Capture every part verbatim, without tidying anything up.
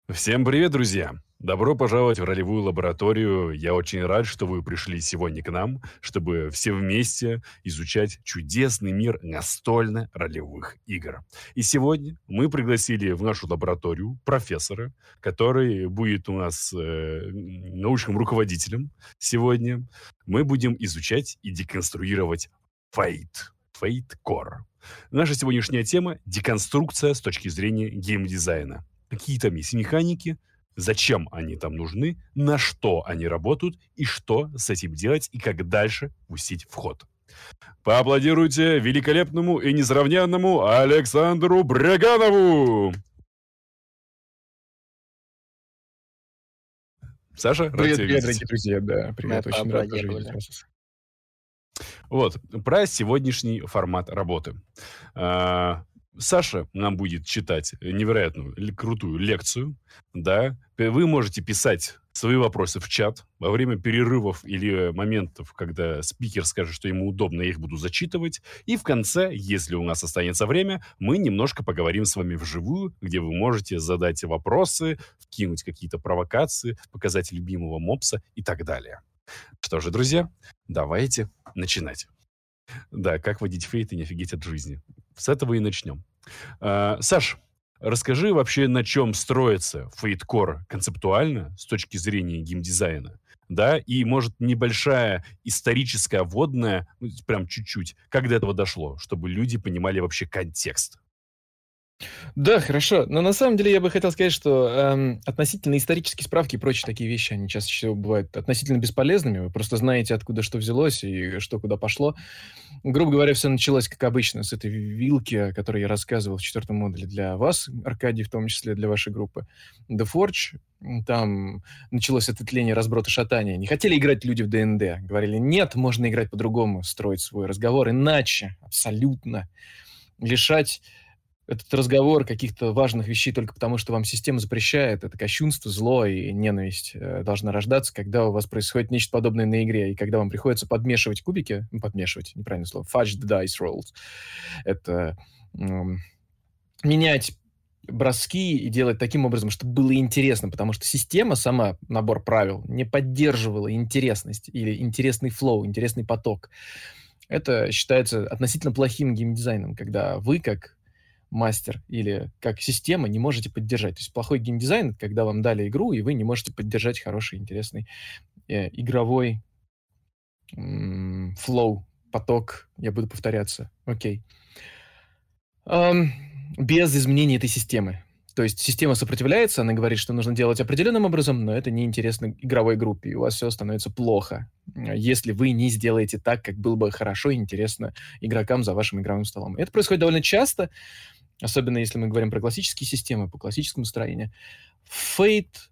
Всем привет, друзья! Добро пожаловать в ролевую лабораторию. Я очень рад, что вы пришли сегодня к нам, чтобы все вместе изучать чудесный мир настольно-ролевых игр. И сегодня мы пригласили в нашу лабораторию профессора, который будет у нас э, научным руководителем сегодня. Мы будем изучать и деконструировать Fate. Fate Core. Наша сегодняшняя тема – деконструкция с точки зрения геймдизайна. Какие там есть механики, зачем они там нужны, на что они работают и что с этим делать и как дальше пустить в ход. Поаплодируйте великолепному и несравненному Александру Браганову! Саша, рад Привет, тебя привет, видеть. дорогие друзья, да, привет, Мы очень рад тоже поаплодировали. видеть вас. Вот, про сегодняшний формат работы. А, Саша нам будет читать невероятную, л- крутую лекцию, да. П- Вы можете писать свои вопросы в чат во время перерывов или моментов, когда спикер скажет, что ему удобно, я их буду зачитывать. И в конце, если у нас останется время, мы немножко поговорим с вами вживую, где вы можете задать вопросы, вкинуть какие-то провокации, показать любимого мопса и так далее. Что же, друзья, давайте начинать. Да, как водить фейт и не офигеть от жизни. С этого и начнем. А, Саш, расскажи вообще, на чем строится фейткор концептуально с точки зрения геймдизайна, да, и, может, небольшая историческая вводная, ну, прям чуть-чуть, как до этого дошло, чтобы люди понимали вообще контекст. Да, хорошо. Но на самом деле я бы хотел сказать, что эм, относительно исторические справки и прочие такие вещи, они чаще всего бывают относительно бесполезными. Вы просто знаете, откуда что взялось и что куда пошло. Грубо говоря, все началось, как обычно, с этой вилки, о которой я рассказывал в четвертом модуле для вас, Аркадий, в том числе для вашей группы. The Forge. Там началось ответвление разброта шатания. Не хотели играть люди в ДНД. Говорили, нет, можно играть по-другому, строить свой разговор иначе, абсолютно. Лишать этот разговор каких-то важных вещей только потому, что вам система запрещает, это кощунство, зло и ненависть э, должна рождаться, когда у вас происходит нечто подобное на игре, и когда вам приходится подмешивать кубики, ну, подмешивать, неправильное слово, fudge the dice rolls, это м, менять броски и делать таким образом, чтобы было интересно, потому что система сама, набор правил, не поддерживала интересность или интересный флоу, интересный поток. Это считается относительно плохим геймдизайном, когда вы, как мастер или как система, не можете поддержать. То есть плохой геймдизайн, когда вам дали игру, и вы не можете поддержать хороший, интересный э, игровой м, флоу, поток. Я буду повторяться. Окей. Ам, без изменения этой системы. То есть система сопротивляется, она говорит, что нужно делать определенным образом, но это неинтересно игровой группе, и у вас все становится плохо, э, если вы не сделаете так, как было бы хорошо и интересно игрокам за вашим игровым столом. И это происходит довольно часто, особенно если мы говорим про классические системы, по классическому строению. Fate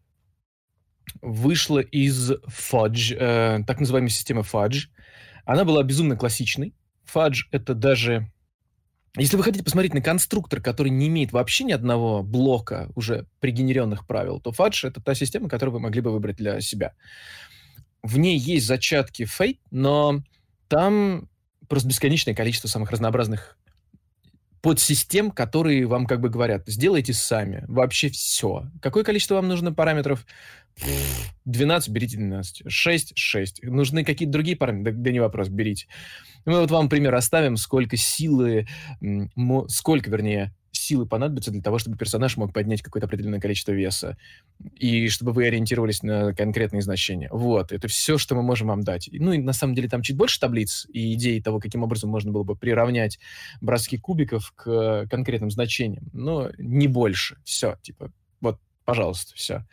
вышла из Fudge, э, так называемой системы Fudge. Она была безумно классичной. Fudge — это даже... Если вы хотите посмотреть на конструктор, который не имеет вообще ни одного блока уже пригенеренных правил, то Fudge — это та система, которую вы могли бы выбрать для себя. В ней есть зачатки Fate, но там просто бесконечное количество самых разнообразных подсистем, которые вам как бы говорят, сделайте сами, вообще все. Какое количество вам нужно параметров? Пфф, двенадцать, берите двенадцать. шесть, шесть. Нужны какие-то другие параметры? Да, да не вопрос, берите. Мы вот вам пример оставим, сколько силы, м, мо- сколько, вернее, силы понадобится для того, чтобы персонаж мог поднять какое-то определенное количество веса, и чтобы вы ориентировались на конкретные значения. Вот, это все, что мы можем вам дать. И, Ну и на самом деле там чуть больше таблиц и идей того, каким образом можно было бы приравнять броски кубиков к конкретным значениям, но не больше. Все, типа, вот, пожалуйста, все.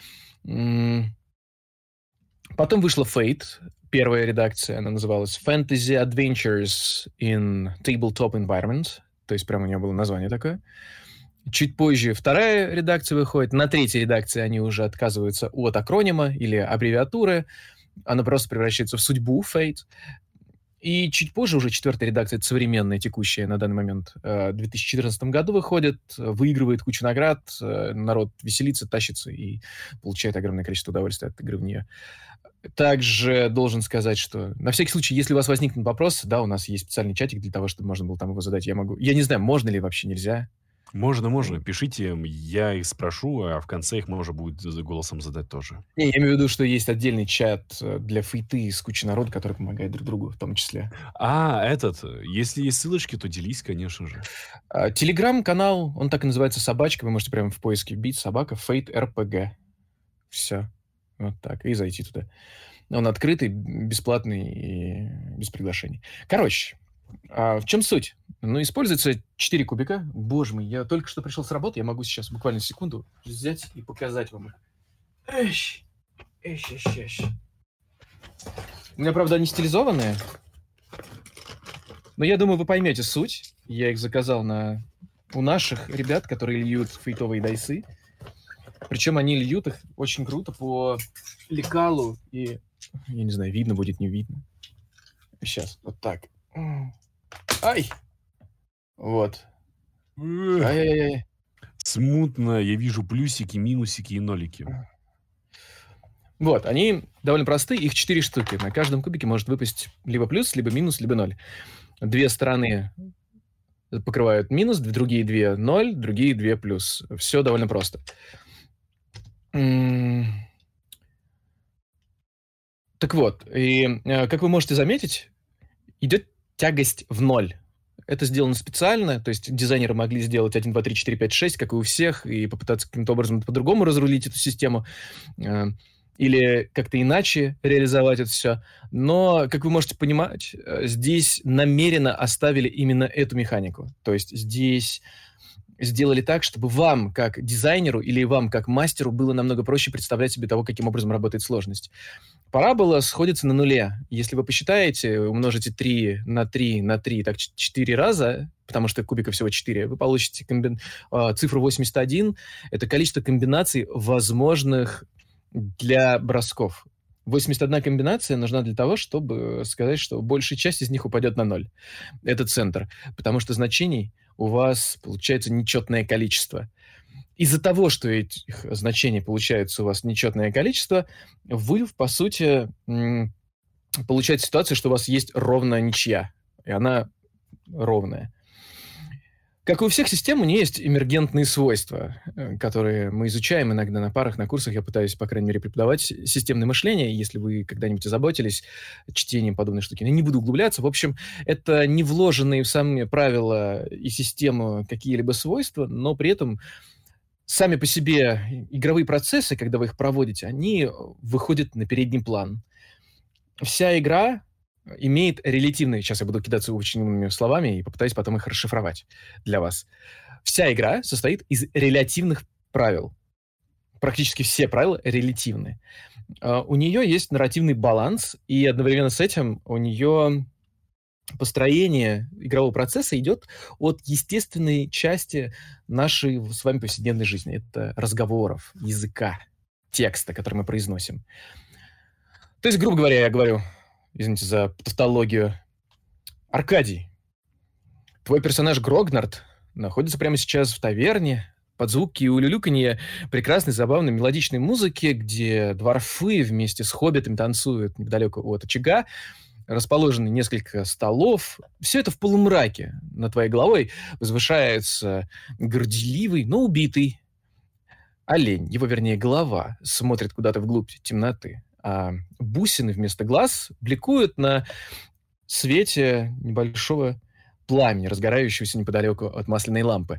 Потом вышла Fate, первая редакция, она называлась Fantasy Adventures in Tabletop Environment, то есть прямо у нее было название такое. Чуть позже вторая редакция выходит, на третьей редакции они уже отказываются от акронима или аббревиатуры, она просто превращается в судьбу Fate. И чуть позже уже четвертая редакция, это современная, текущая на данный момент, э, в две тысячи четырнадцатом году выходит, э, выигрывает кучу наград, э, народ веселится, тащится и получает огромное количество удовольствия от игры в нее. Также должен сказать, что на всякий случай, если у вас возникнет вопрос, да, у нас есть специальный чатик для того, чтобы можно было там его задать. Я могу... Я не знаю, можно ли вообще, нельзя. Можно, можно. М. Пишите, я их спрошу, а в конце их можно будет за голосом задать тоже. Не, я имею в виду, что есть отдельный чат э, для фейты с кучей народа, который помогает друг другу в том числе. А, этот, э, если есть ссылочки, то делись, конечно же. А, Телеграм-канал, он так и называется «Собачка». Вы можете прямо в поиске вбить «Собака Фейт эр пэ гэ». Все. Вот так. И зайти туда. Он открытый, м, бесплатный и без приглашений. Короче, а, в чем суть? Ну, используется четыре кубика. Боже мой, я только что пришел с работы, я могу сейчас буквально секунду взять и показать вам их. Эщ, эщ, эщ, эщ. У меня, правда, они стилизованные, но я думаю, вы поймете суть. Я их заказал на... у наших ребят, которые льют фейтовые дайсы. Причем они льют их очень круто по лекалу и... Я не знаю, видно будет, не видно. Сейчас, вот так. Ай! Вот. Эх, Ай-яй-яй. смутно я вижу плюсики, минусики и нолики. Вот, они довольно простые, их четыре штуки. На каждом кубике может выпасть либо плюс, либо минус, либо ноль. Две стороны покрывают минус, другие две ноль, другие две плюс. Все довольно просто. М. Так вот, и э, как вы можете заметить, идет тягость в ноль. Это сделано специально, то есть дизайнеры могли сделать один, два, три, четыре, пять, шесть, как и у всех, и попытаться каким-то образом по-другому разрулить эту систему, э, или как-то иначе реализовать это все. Но, как вы можете понимать, э, здесь намеренно оставили именно эту механику. То есть здесь сделали так, чтобы вам, как дизайнеру или вам, как мастеру, было намного проще представлять себе того, каким образом работает сложность. Парабола сходится на нуле. Если вы посчитаете, умножите три на три на три, так четыре раза, потому что кубиков всего четыре, вы получите комби... э, цифру восемьдесят один. Это количество комбинаций, возможных для бросков. восемьдесят одна комбинация нужна для того, чтобы сказать, что большая часть из них упадет на ноль. Это центр. Потому что значений у вас получается нечетное количество. Из-за того, что этих значений получается у вас нечетное количество, вы, по сути, м, получаете ситуацию, что у вас есть ровная ничья, и она ровная. Как и у всех систем, у нее есть эмергентные свойства, э, которые мы изучаем иногда на парах, на курсах. Я пытаюсь, по крайней мере, преподавать системное мышление. Если вы когда-нибудь озаботились чтением подобной штуки, я не буду углубляться. В общем, это не вложенные в сами правила и систему какие-либо свойства, но при этом сами по себе игровые процессы, когда вы их проводите, они выходят на передний план. Вся игра имеет релятивные... Сейчас я буду кидаться очень умными словами и попытаюсь потом их расшифровать для вас. Вся игра состоит из релятивных правил. Практически все правила релятивны. Uh, у нее есть нарративный баланс, и одновременно с этим у нее построение игрового процесса идет от естественной части нашей с вами повседневной жизни. Это разговоров, языка, текста, который мы произносим. То есть, грубо говоря, я говорю, извините за тавтологию, Аркадий, твой персонаж Грогнард находится прямо сейчас в таверне под звуки улюлюканья прекрасной, забавной, мелодичной музыки, где дворфы вместе с хоббитами танцуют неподалеку от очага. Расположены несколько столов. Все это в полумраке. Над твоей головой возвышается горделивый, но убитый олень. Его, вернее, голова смотрит куда-то вглубь темноты. А бусины вместо глаз бликуют на свете небольшого пламени, разгорающегося неподалеку от масляной лампы.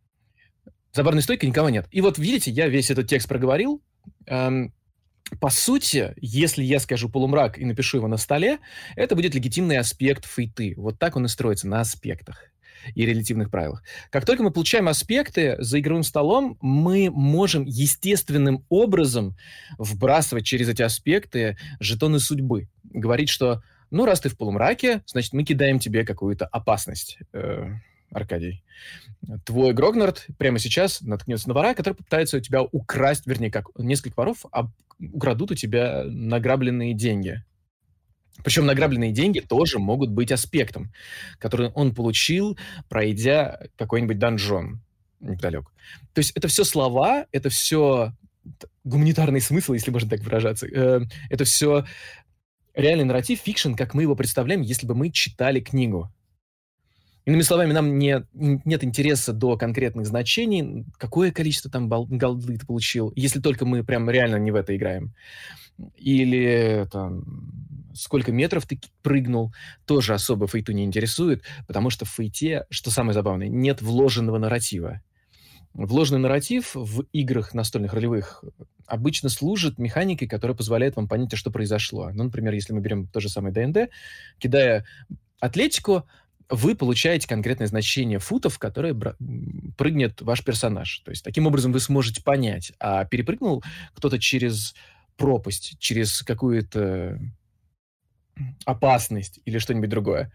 За барной стойкой никого нет. И вот, видите, я весь этот текст проговорил. Эм, По сути, если я скажу полумрак и напишу его на столе, это будет легитимный аспект фейты. Вот так он и строится, на аспектах и релятивных правилах. Как только мы получаем аспекты за игровым столом, мы можем естественным образом вбрасывать через эти аспекты жетоны судьбы. Говорить, что, ну, раз ты в полумраке, значит, мы кидаем тебе какую-то опасность, э, Аркадий. Твой Грогнард прямо сейчас наткнется на вора, который попытается у тебя украсть, вернее, как несколько воров об, украдут у тебя награбленные деньги. Причем награбленные деньги тоже могут быть аспектом, который он получил, пройдя какой-нибудь данжон неподалеку. То есть это все слова, это все гуманитарный смысл, если можно так выражаться. Это все реальный нарратив, фикшн, как мы его представляем, если бы мы читали книгу. Иными словами, нам не, нет интереса до конкретных значений, какое количество там бал, голды ты получил, если только мы прям реально не в это играем. Или там, сколько метров ты прыгнул, тоже особо фейту не интересует, потому что в фейте, что самое забавное, нет вложенного нарратива. Вложенный нарратив в играх настольных ролевых обычно служит механикой, которая позволяет вам понять, а что произошло. Ну, например, если мы берем то же самое ди энд ди, кидая атлетику, вы получаете конкретное значение футов, в которые бра- прыгнет ваш персонаж. То есть таким образом вы сможете понять, а перепрыгнул кто-то через пропасть, через какую-то опасность или что-нибудь другое,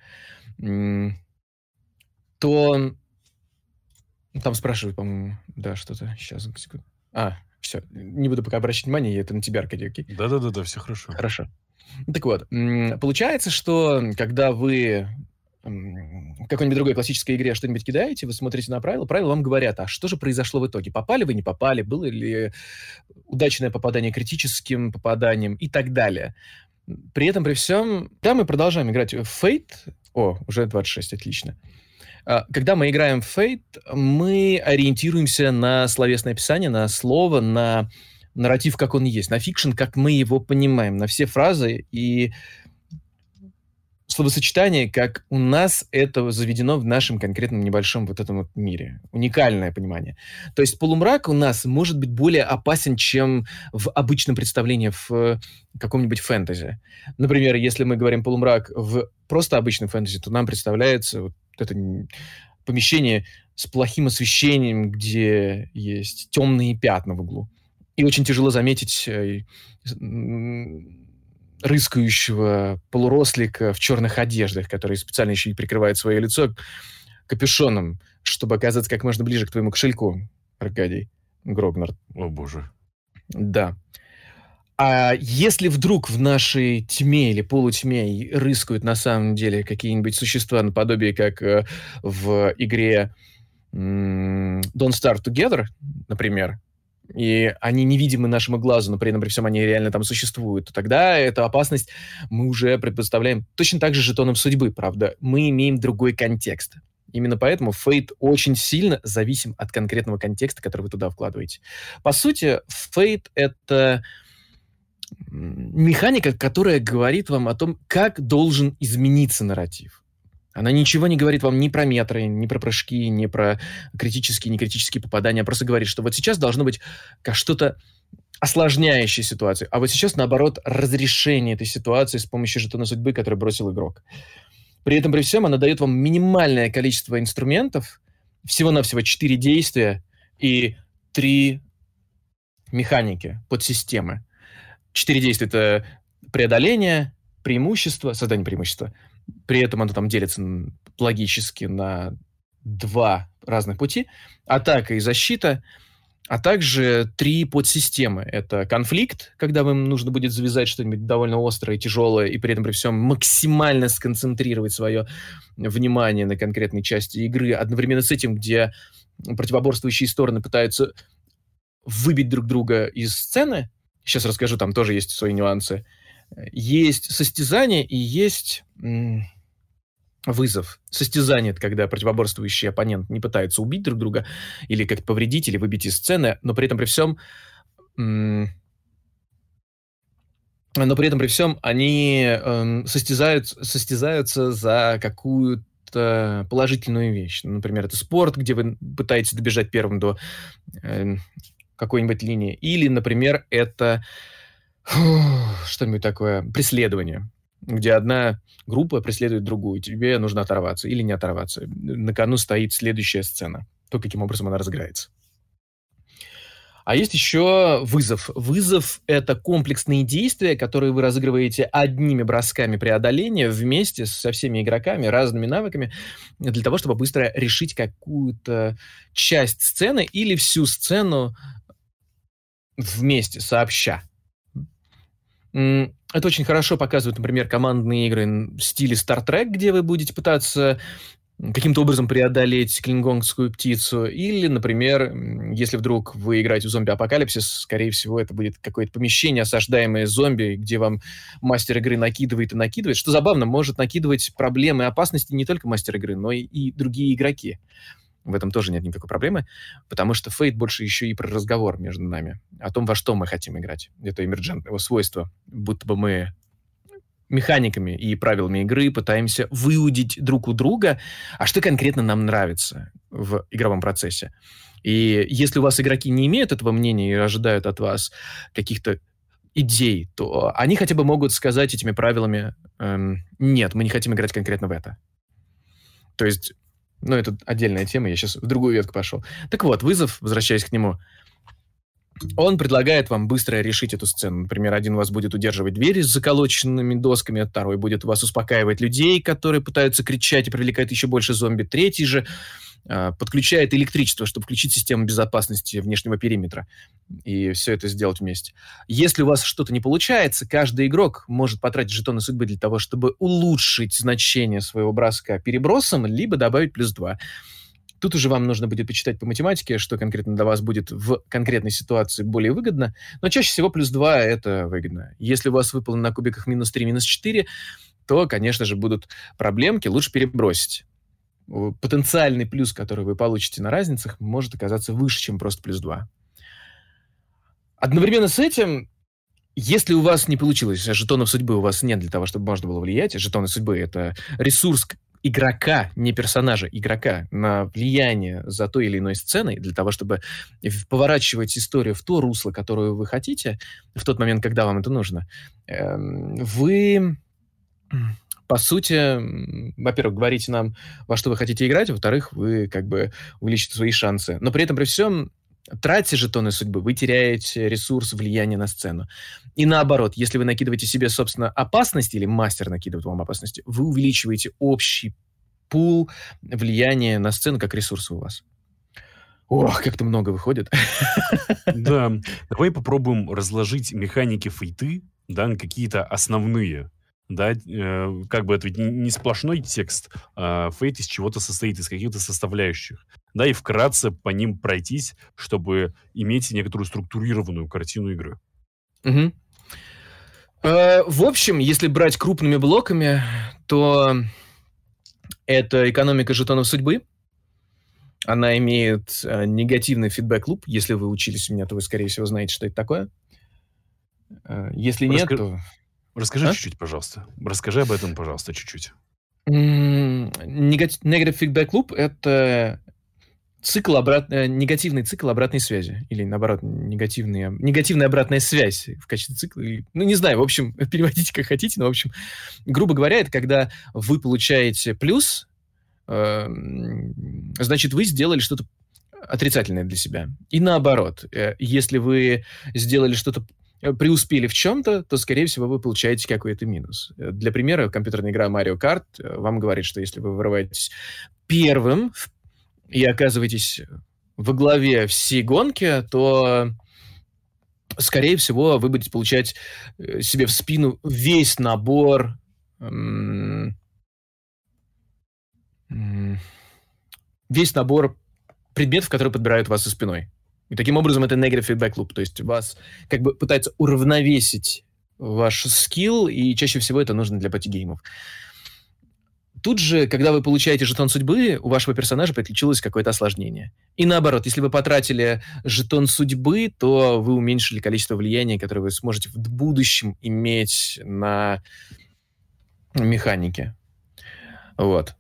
то... Там спрашивают, по-моему, да, что-то. Сейчас, секунду. А, все. Не буду пока обращать внимание, это на тебя, Аркадий, окей? Да-да-да, все хорошо. Хорошо. Так вот, получается, что когда вы в какой-нибудь другой классической игре что-нибудь кидаете, вы смотрите на правила, правила вам говорят, а что же произошло в итоге? Попали вы, не попали? Было ли удачное попадание критическим попаданием и так далее? При этом, при всем, да, мы продолжаем играть в Fate. О, уже двадцать шесть, отлично. Когда мы играем в Fate, мы ориентируемся на словесное описание, на слово, на нарратив, как он есть, на фикшн, как мы его понимаем, на все фразы и словосочетания, как у нас это заведено в нашем конкретном небольшом вот этом вот мире. Уникальное понимание. То есть полумрак у нас может быть более опасен, чем в обычном представлении в каком-нибудь фэнтези. Например, если мы говорим полумрак в просто обычном фэнтези, то нам представляется вот это помещение с плохим освещением, где есть темные пятна в углу. И очень тяжело заметить рыскающего полурослика в черных одеждах, который специально еще и прикрывает свое лицо капюшоном, чтобы оказаться как можно ближе к твоему кошельку, Аркадий Грогнард. О, боже. Да. А если вдруг в нашей тьме или полутьме рыскают на самом деле какие-нибудь существа наподобие, как э, в игре м- Don't Starve Together, например, и они невидимы нашему глазу, но при этом при всем они реально там существуют, то тогда эту опасность мы уже предпоставляем точно так же жетоном судьбы, правда. Мы имеем другой контекст. Именно поэтому Fate очень сильно зависим от конкретного контекста, который вы туда вкладываете. По сути, Fate — это механика, которая говорит вам о том, как должен измениться нарратив. Она ничего не говорит вам ни про метры, ни про прыжки, ни про критические, некритические попадания. А просто говорит, что вот сейчас должно быть как что-то осложняющее ситуацию, а вот сейчас, наоборот, разрешение этой ситуации с помощью жетона судьбы, который бросил игрок. При этом, при всем, она дает вам минимальное количество инструментов, всего-навсего четыре действия и три механики, подсистемы. Четыре действия — это преодоление, преимущество, создание преимущества. При этом оно там делится логически на два разных пути. Атака и защита, а также три подсистемы. Это конфликт, когда вам нужно будет завязать что-нибудь довольно острое, тяжелое, и при этом при всем максимально сконцентрировать свое внимание на конкретной части игры. Одновременно с этим, где противоборствующие стороны пытаются выбить друг друга из сцены. Сейчас расскажу, там тоже есть свои нюансы. Есть состязание и есть м- вызов. Состязание — это когда противоборствующий оппонент не пытается убить друг друга или как-то повредить, или выбить из сцены, но при этом при всем м- но при этом при всем они э, состязаются, состязаются за какую-то положительную вещь. Например, это спорт, где вы пытаетесь добежать первым до э, какой-нибудь линии. Или, например, это что-нибудь такое, преследование, где одна группа преследует другую, тебе нужно оторваться или не оторваться. На кону стоит следующая сцена, то, каким образом она разыграется. А есть еще вызов. Вызов — это комплексные действия, которые вы разыгрываете одними бросками преодоления вместе со всеми игроками, разными навыками, для того, чтобы быстро решить какую-то часть сцены или всю сцену вместе, сообща. Это очень хорошо показывает, например, командные игры в стиле Star Trek, где вы будете пытаться каким-то образом преодолеть клингонгскую птицу, или, например, если вдруг вы играете в зомби-апокалипсис, скорее всего, это будет какое-то помещение, осаждаемое зомби, где вам мастер игры накидывает и накидывает. Что забавно, может накидывать проблемы и опасности не только мастер игры, но и, и другие игроки. В этом тоже нет никакой проблемы, потому что Fate больше еще и про разговор между нами, о том, во что мы хотим играть. Это эмерджентное свойство, будто бы мы механиками и правилами игры пытаемся выудить друг у друга, а что конкретно нам нравится в игровом процессе. И если у вас игроки не имеют этого мнения и ожидают от вас каких-то идей, то они хотя бы могут сказать этими правилами: эм, нет, мы не хотим играть конкретно в это. То есть, ну, это отдельная тема, я сейчас в другую ветку пошел. Так вот, вызов, возвращаясь к нему, он предлагает вам быстро решить эту сцену. Например, один у вас будет удерживать двери с заколоченными досками, а второй будет у вас успокаивать людей, которые пытаются кричать и привлекают еще больше зомби. Третий же э, подключает электричество, чтобы включить систему безопасности внешнего периметра. И все это сделать вместе. Если у вас что-то не получается, каждый игрок может потратить жетоны судьбы для того, чтобы улучшить значение своего броска перебросом, либо добавить плюс два. Тут уже вам нужно будет почитать по математике, что конкретно для вас будет в конкретной ситуации более выгодно, но чаще всего плюс два это выгодно. Если у вас выпало на кубиках минус три, минус четыре, то, конечно же, будут проблемки, лучше перебросить. Потенциальный плюс, который вы получите на разницах, может оказаться выше, чем просто плюс два. Одновременно с этим, если у вас не получилось, а жетонов судьбы у вас нет для того, чтобы можно было влиять, жетоны судьбы — это ресурс игрока, не персонажа, игрока, на влияние за той или иной сценой, для того, чтобы поворачивать историю в то русло, которое вы хотите, в тот момент, когда вам это нужно, вы, по сути, во-первых, говорите нам, во что вы хотите играть, во-вторых, вы как бы увеличите свои шансы. Но при этом, при всем, тратя жетоны судьбы, вы теряете ресурс влияния на сцену. И наоборот, если вы накидываете себе, собственно, опасности, или мастер накидывает вам опасности, вы увеличиваете общий пул влияния на сцену как ресурс у вас. Ох, как-то много выходит. Да, давай попробуем разложить механики фейты, да, на какие-то основные. Да, э, как бы это ведь не сплошной текст, а фейт из чего-то состоит, из каких-то составляющих. Да, и вкратце по ним пройтись, чтобы иметь некоторую структурированную картину игры. Угу. Э, в общем, если брать крупными блоками, то это экономика жетонов судьбы. Она имеет э, негативный фидбэк-луп. Если вы учились у меня, то вы, скорее всего, знаете, что это такое. Э, если нет, Раска- то... Расскажи А? чуть-чуть, пожалуйста. Расскажи об этом, пожалуйста, чуть-чуть. Negative feedback loop — это цикл обрат... негативный цикл обратной связи. Или, наоборот, негативная, негативная обратная связь в качестве цикла. Ну, не знаю, в общем, переводите как хотите, но, в общем, грубо говоря, это когда вы получаете плюс, э, значит, вы сделали что-то отрицательное для себя. И наоборот, э, если вы сделали что-то, преуспели в чем-то, то, скорее всего, вы получаете какой-то минус. Для примера, компьютерная игра Mario Kart вам говорит, что если вы вырываетесь первым и оказываетесь во главе всей гонки, то, скорее всего, вы будете получать себе в спину весь набор м- м- весь набор предметов, которые подбирают вас за спиной. И таким образом это negative feedback loop, то есть вас как бы пытается уравновесить ваш скилл, и чаще всего это нужно для пати-геймов. Тут же, когда вы получаете жетон судьбы, у вашего персонажа приключилось какое-то осложнение. И наоборот, если вы потратили жетон судьбы, то вы уменьшили количество влияния, которое вы сможете в будущем иметь на механике. Вот.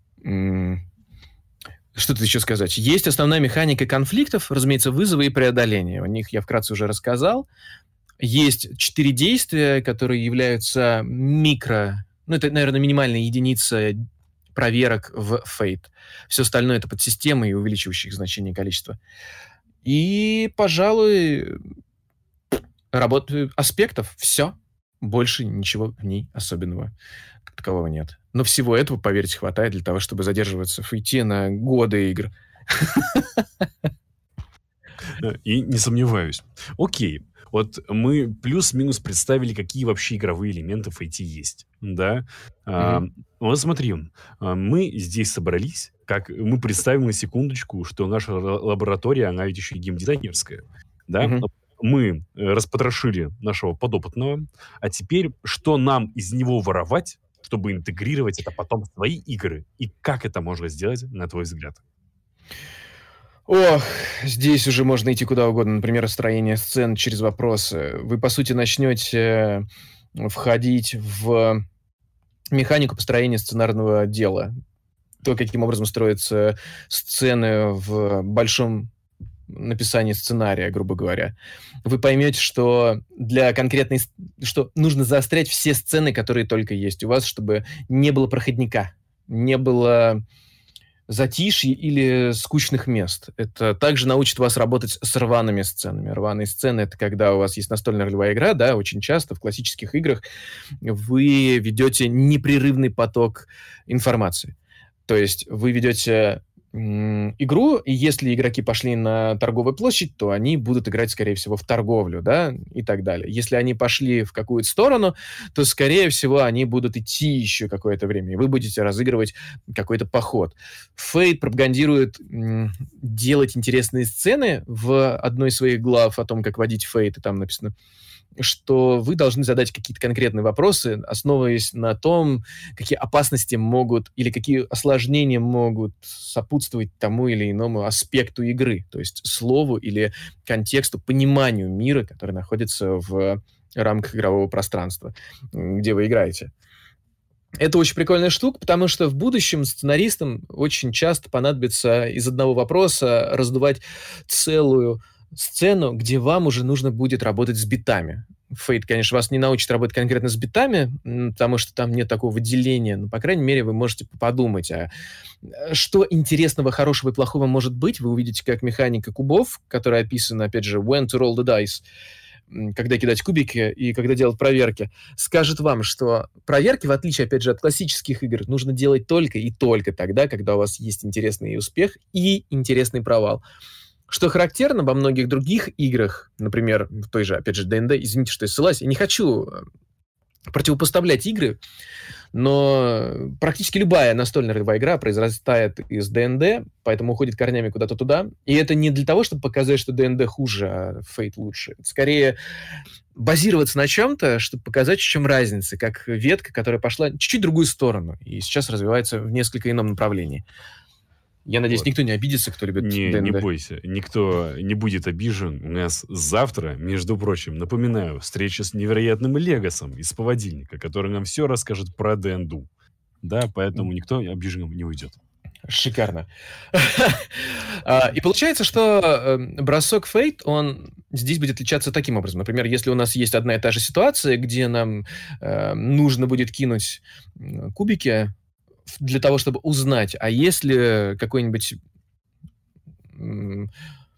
Что тут еще сказать? Есть основная механика конфликтов, разумеется, вызовы и преодоления. О них я вкратце уже рассказал. Есть четыре действия, которые являются микро... Ну, это, наверное, минимальная единица проверок в Fate. Все остальное — это подсистемы и увеличивающие их значение количества. И, пожалуй, работа аспектов. Все. Больше ничего в ней особенного как такового нет. Но всего этого, поверьте, хватает для того, чтобы задерживаться в Фейте на годы игр. И не сомневаюсь. Окей. Вот мы плюс-минус представили, какие вообще игровые элементы в Фейте есть. Да? А, Мгм. вот смотри, а, мы здесь собрались, как мы представим на секундочку, что наша ла- лаборатория, она ведь еще и геймдизайнерская. Да? Мгм. Мы э, распотрошили нашего подопытного, а теперь что нам из него воровать, чтобы интегрировать это потом в свои игры? И как это можно сделать, на твой взгляд? Ох, здесь уже можно идти куда угодно. Например, строение сцен через вопросы. Вы, по сути, начнете входить в механику построения сценарного дела. То, каким образом строятся сцены в большом написании сценария, грубо говоря. Вы поймете, что для конкретной... с- что нужно заострять все сцены, которые только есть у вас, чтобы не было проходника, не было затишье или скучных мест. Это также научит вас работать с рваными сценами. Рваные сцены — это когда у вас есть настольная ролевая игра, да, очень часто в классических играх вы ведете непрерывный поток информации. То есть вы ведете м, игру, и если игроки пошли на торговую площадь, то они будут играть, скорее всего, в торговлю, да, и так далее. Если они пошли в какую-то сторону, то, скорее всего, они будут идти еще какое-то время, и вы будете разыгрывать какой-то поход. Фейт пропагандирует м, делать интересные сцены в одной из своих глав о том, как водить Фейт, и там написано, что вы должны задать какие-то конкретные вопросы, основываясь на том, какие опасности могут или какие осложнения могут сопутствовать тому или иному аспекту игры, то есть слову или контексту, пониманию мира, который находится в рамках игрового пространства, м, где вы играете. Это очень прикольная штука, потому что в будущем сценаристам очень часто понадобится из одного вопроса раздувать целую сцену, где вам уже нужно будет работать с битами. Фейт, конечно, вас не научит работать конкретно с битами, м, потому что там нет такого выделения, но, по крайней мере, вы можете подумать, а э, что интересного, хорошего и плохого может быть. Вы увидите, как механика кубов, которая описана, опять же, when to roll the dice, м, когда кидать кубики и когда делать проверки, скажет вам, что проверки, в отличие, опять же, от классических игр, нужно делать только и только тогда, когда у вас есть интересный успех и интересный провал. Что характерно во многих других играх, например, в той же, опять же, ди энд ди, извините, что я ссылаюсь, я не хочу э, противопоставлять игры, но практически любая настольная ролевая игра произрастает из ди энд ди, поэтому уходит корнями куда-то туда. И это не для того, чтобы показать, что ди энд ди хуже, а Fate лучше. Это скорее базироваться на чем-то, чтобы показать, в чем разница, как ветка, которая пошла чуть-чуть в другую сторону и сейчас развивается в несколько ином направлении. Я надеюсь, Вот. никто не обидится, кто любит Не, не ди энд ди. бойся, никто не будет обижен. У нас завтра, между прочим, напоминаю, встреча с невероятным Легосом из Поводильника, который нам все расскажет про ди энд ди. Да, поэтому никто обиженным не уйдет. Шикарно. А, И получается, что э, бросок Fate, он здесь будет отличаться таким образом. Например, если у нас есть одна и та же ситуация, где нам э, нужно будет кинуть м, кубики в- для того, чтобы узнать, а если какой-нибудь... м,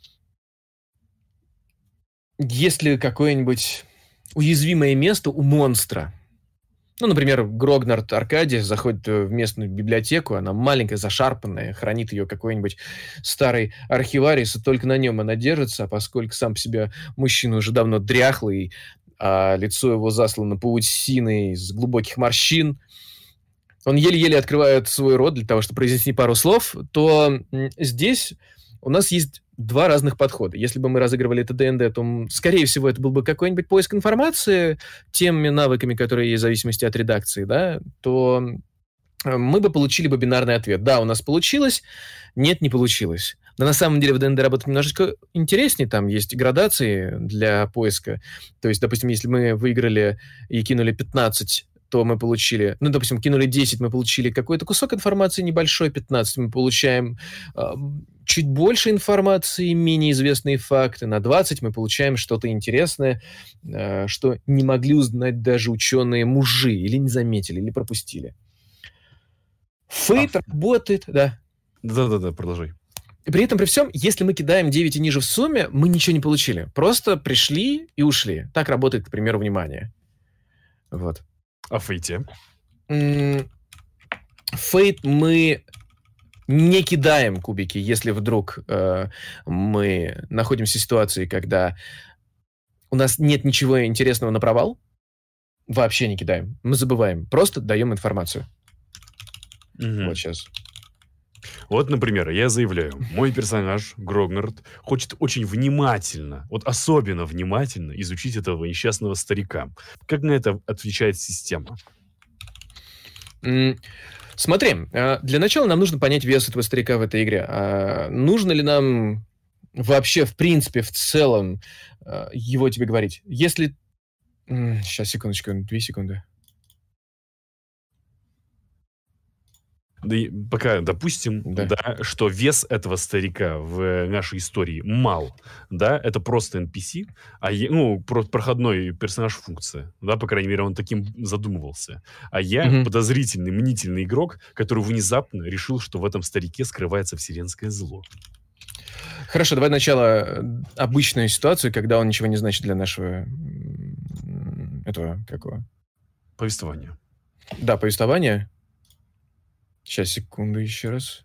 Есть ли какое-нибудь уязвимое место у монстра? Ну, например, Грогнард Аркадий заходит э, в местную библиотеку, она маленькая, зашарпанная, хранит ее какой-нибудь старый архивариус, и только на нем она держится, а поскольку сам по себе мужчина уже давно дряхлый, а лицо его заслано паутиной из глубоких морщин, он еле-еле открывает свой рот для того, чтобы произнести пару слов, то м, здесь у нас есть два разных подхода. Если бы мы разыгрывали это ди энд ди, то, м, скорее всего, это был бы какой-нибудь поиск информации теми навыками, которые есть в зависимости от редакции, да, то э, мы бы получили бы бинарный ответ. Да, у нас получилось, нет, не получилось. Но на самом деле в ди энд ди работать немножечко интереснее, там есть градации для поиска. То есть, допустим, если мы выиграли и кинули пятнадцать, то мы получили, ну, допустим, кинули десять, мы получили какой-то кусок информации небольшой, пятнадцать мы получаем э, чуть больше информации, менее известные факты, на двадцать мы получаем что-то интересное, э, что не могли узнать даже ученые-мужи, или не заметили, или пропустили. А, Фейт работает, да. Да-да-да, продолжай. И при этом, при всем, если мы кидаем девять и ниже в сумме, мы ничего не получили. Просто пришли и ушли. Так работает, к примеру, внимание. Вот. А в Фейте? М, Фейт мы не кидаем кубики, если вдруг э, мы находимся в ситуации, когда у нас нет ничего интересного на провал. Вообще не кидаем. Мы забываем. Просто даем информацию. Мгм. Вот сейчас. Вот, например, я заявляю, мой персонаж, Грогнард, хочет очень внимательно, вот особенно внимательно изучить этого несчастного старика. Как на это отвечает система? М, Смотри, э, для начала нам нужно понять вес этого старика в этой игре. А нужно ли нам вообще, в принципе, в целом э, его тебе говорить? Если... м, Сейчас, секундочку, две секунды. Да и пока допустим, Да. да, что вес этого старика в нашей истории мал, да, это просто эн пи си, а я- ну, про- проходной персонаж функция, да, по крайней мере, он таким задумывался. А я Мгм. подозрительный, мнительный игрок, который внезапно решил, что в этом старике скрывается вселенское зло. Хорошо, давай сначала э, обычную ситуацию, когда он ничего не значит для нашего... м, этого, какого? Повествование. Да, повествования. Сейчас, секунду, еще раз.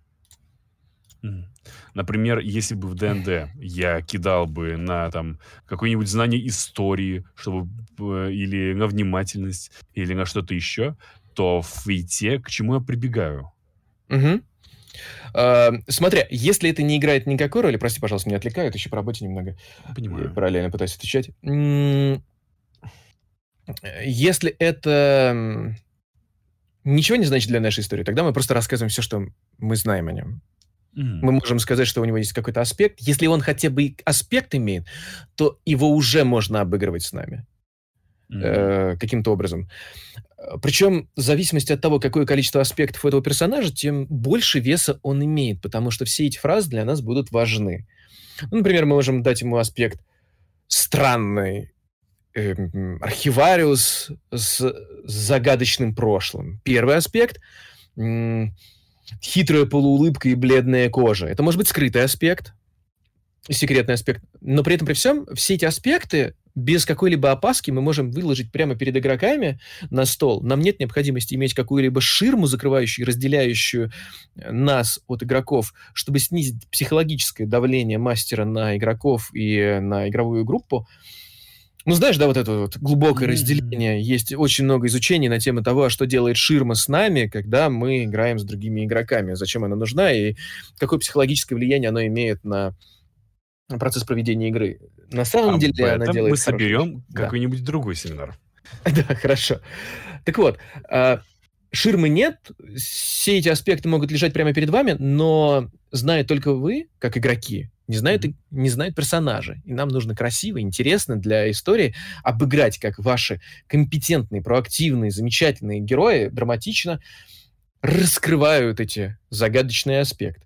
Мгм. Например, если бы в ди энд ди я кидал бы на там какое-нибудь знание истории, чтобы э, или на внимательность, или на что-то еще, то в фейте к чему я прибегаю? Мгм. А, смотря, если это не играет никакой роли, прости, пожалуйста, меня отвлекают, еще по работе немного, и Понимаю. параллельно пытаюсь отвечать. М, э, Если это м, ничего не значит для нашей истории, тогда мы просто рассказываем все, что мы знаем о нем. Мгм. Мы можем сказать, что у него есть какой-то аспект. Если он хотя бы и аспект имеет, то его уже можно обыгрывать с нами Мгм. э, каким-то образом. Э, Причем в зависимости от того, какое количество аспектов у этого персонажа, тем больше веса он имеет, потому что все эти фразы для нас будут важны. Ну, например, мы можем дать ему аспект странный эм, архивариус с загадочным прошлым. Первый аспект м, хитрая полуулыбка и бледная кожа. Это может быть скрытый аспект, секретный аспект. Но при этом, при всем, все эти аспекты без какой-либо опаски мы можем выложить прямо перед игроками на стол. Нам нет необходимости иметь какую-либо ширму, закрывающую и разделяющую э, нас от игроков, чтобы снизить психологическое давление мастера на игроков и на игровую группу. Ну, знаешь, да, вот это вот глубокое Мгм. разделение. Есть очень много изучений на тему того, что делает ширма с нами, когда мы играем с другими игроками, зачем она нужна и какое психологическое влияние она имеет на процесс проведения игры. На самом Об деле она этом мы делает хорошую вещь. соберем Да, какой-нибудь другой семинар. да, хорошо. Так вот, а, ширмы нет, все эти аспекты могут лежать прямо перед вами, но знает только вы, как игроки, не знают, Мгм. и- не знают персонажи. И нам нужно красиво, интересно для истории обыграть, как ваши компетентные, проактивные, замечательные герои драматично раскрывают эти загадочные аспекты.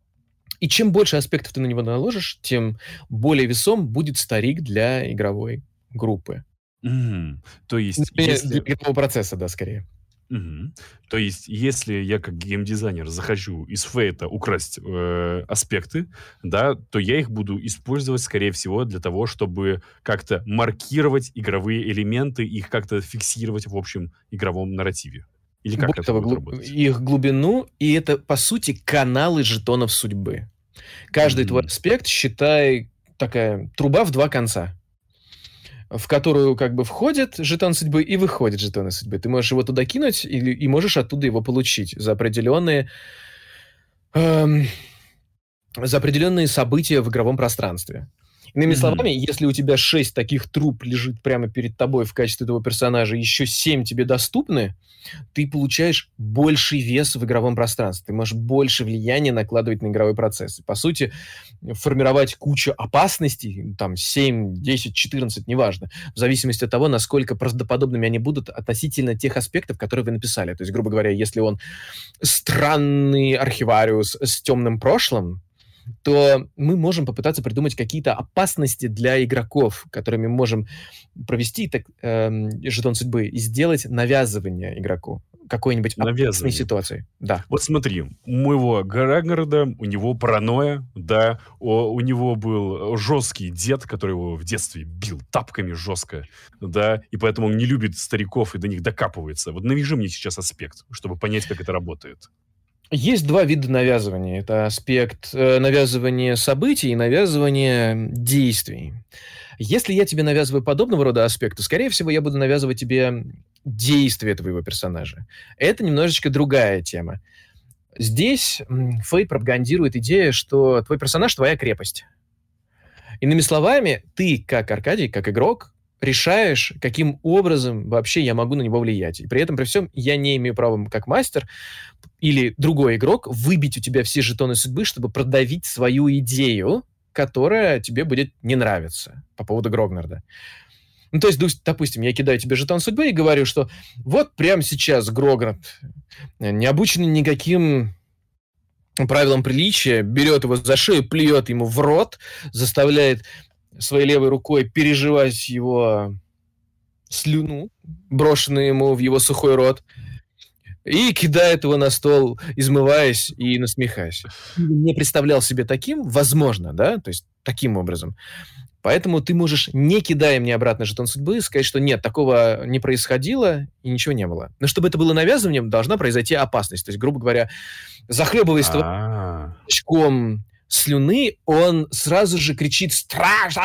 И чем больше аспектов ты на него наложишь, тем более весом будет старик для игровой группы. Мгм. То есть, Для, для если игрового процесса, да, скорее. Мгм. То есть, если я как геймдизайнер захочу из Фейта украсть э, аспекты, да, то я их буду использовать, скорее всего, для того, чтобы как-то маркировать игровые элементы, их как-то фиксировать в общем игровом нарративе. Или как Более это того, будет глу- работать? их глубину, и это, по сути, каналы жетонов судьбы. Каждый твой Мгм. аспект, считай, такая труба в два конца, в которую как бы входит жетон судьбы и выходит жетоны судьбы. Ты можешь его туда кинуть и, и можешь оттуда его получить за определенные, эм, за определенные события в игровом пространстве. Иными Мгм. словами, если у тебя шесть таких труб лежит прямо перед тобой в качестве этого персонажа, еще семь тебе доступны, ты получаешь больший вес в игровом пространстве. Ты можешь больше влияния накладывать на игровой процесс. И, по сути, формировать кучу опасностей, там, семь, десять, четырнадцать, неважно, в зависимости от того, насколько правдоподобными они будут относительно тех аспектов, которые вы написали. То есть, грубо говоря, если он странный архивариус с темным прошлым, то мы можем попытаться придумать какие-то опасности для игроков, которыми можем провести так, эм, жетон судьбы и сделать навязывание игроку какой-нибудь опасной Навязывание. ситуации. Да. Вот смотри, у моего Рагнарда, у него паранойя, да, о- у него был жесткий дед, который его в детстве бил тапками жестко, да, и поэтому он не любит стариков и до них докапывается. Вот навяжи мне сейчас аспект, чтобы понять, как это работает. Есть два вида навязывания. Это аспект э, навязывания событий и навязывания действий. Если я тебе навязываю подобного рода аспекты, скорее всего, я буду навязывать тебе действия твоего персонажа. Это немножечко другая тема. Здесь Фейт пропагандирует идею, что твой персонаж – твоя крепость. Иными словами, ты, как Аркадий, как игрок, решаешь, каким образом вообще я могу на него влиять. И при этом, при всем, я не имею права, как мастер или другой игрок, выбить у тебя все жетоны судьбы, чтобы продавить свою идею, которая тебе будет не нравиться по поводу Грогнарда. Ну, то есть, допустим, я кидаю тебе жетон судьбы и говорю, что вот прямо сейчас Грогнард, не обученный никаким правилам приличия, берет его за шею, плюет ему в рот, заставляет своей левой рукой переживать его слюну, брошенную ему в его сухой рот, и кидает его на стол, измываясь и насмехаясь. Не представлял себе таким, возможно, да, то есть таким образом. Поэтому ты можешь, не кидая мне обратно жетон судьбы, сказать, что нет, такого не происходило и ничего не было. Но чтобы это было навязыванием, должна произойти опасность. То есть, грубо говоря, захлебываясь очком слюны, он сразу же кричит «Страшно!»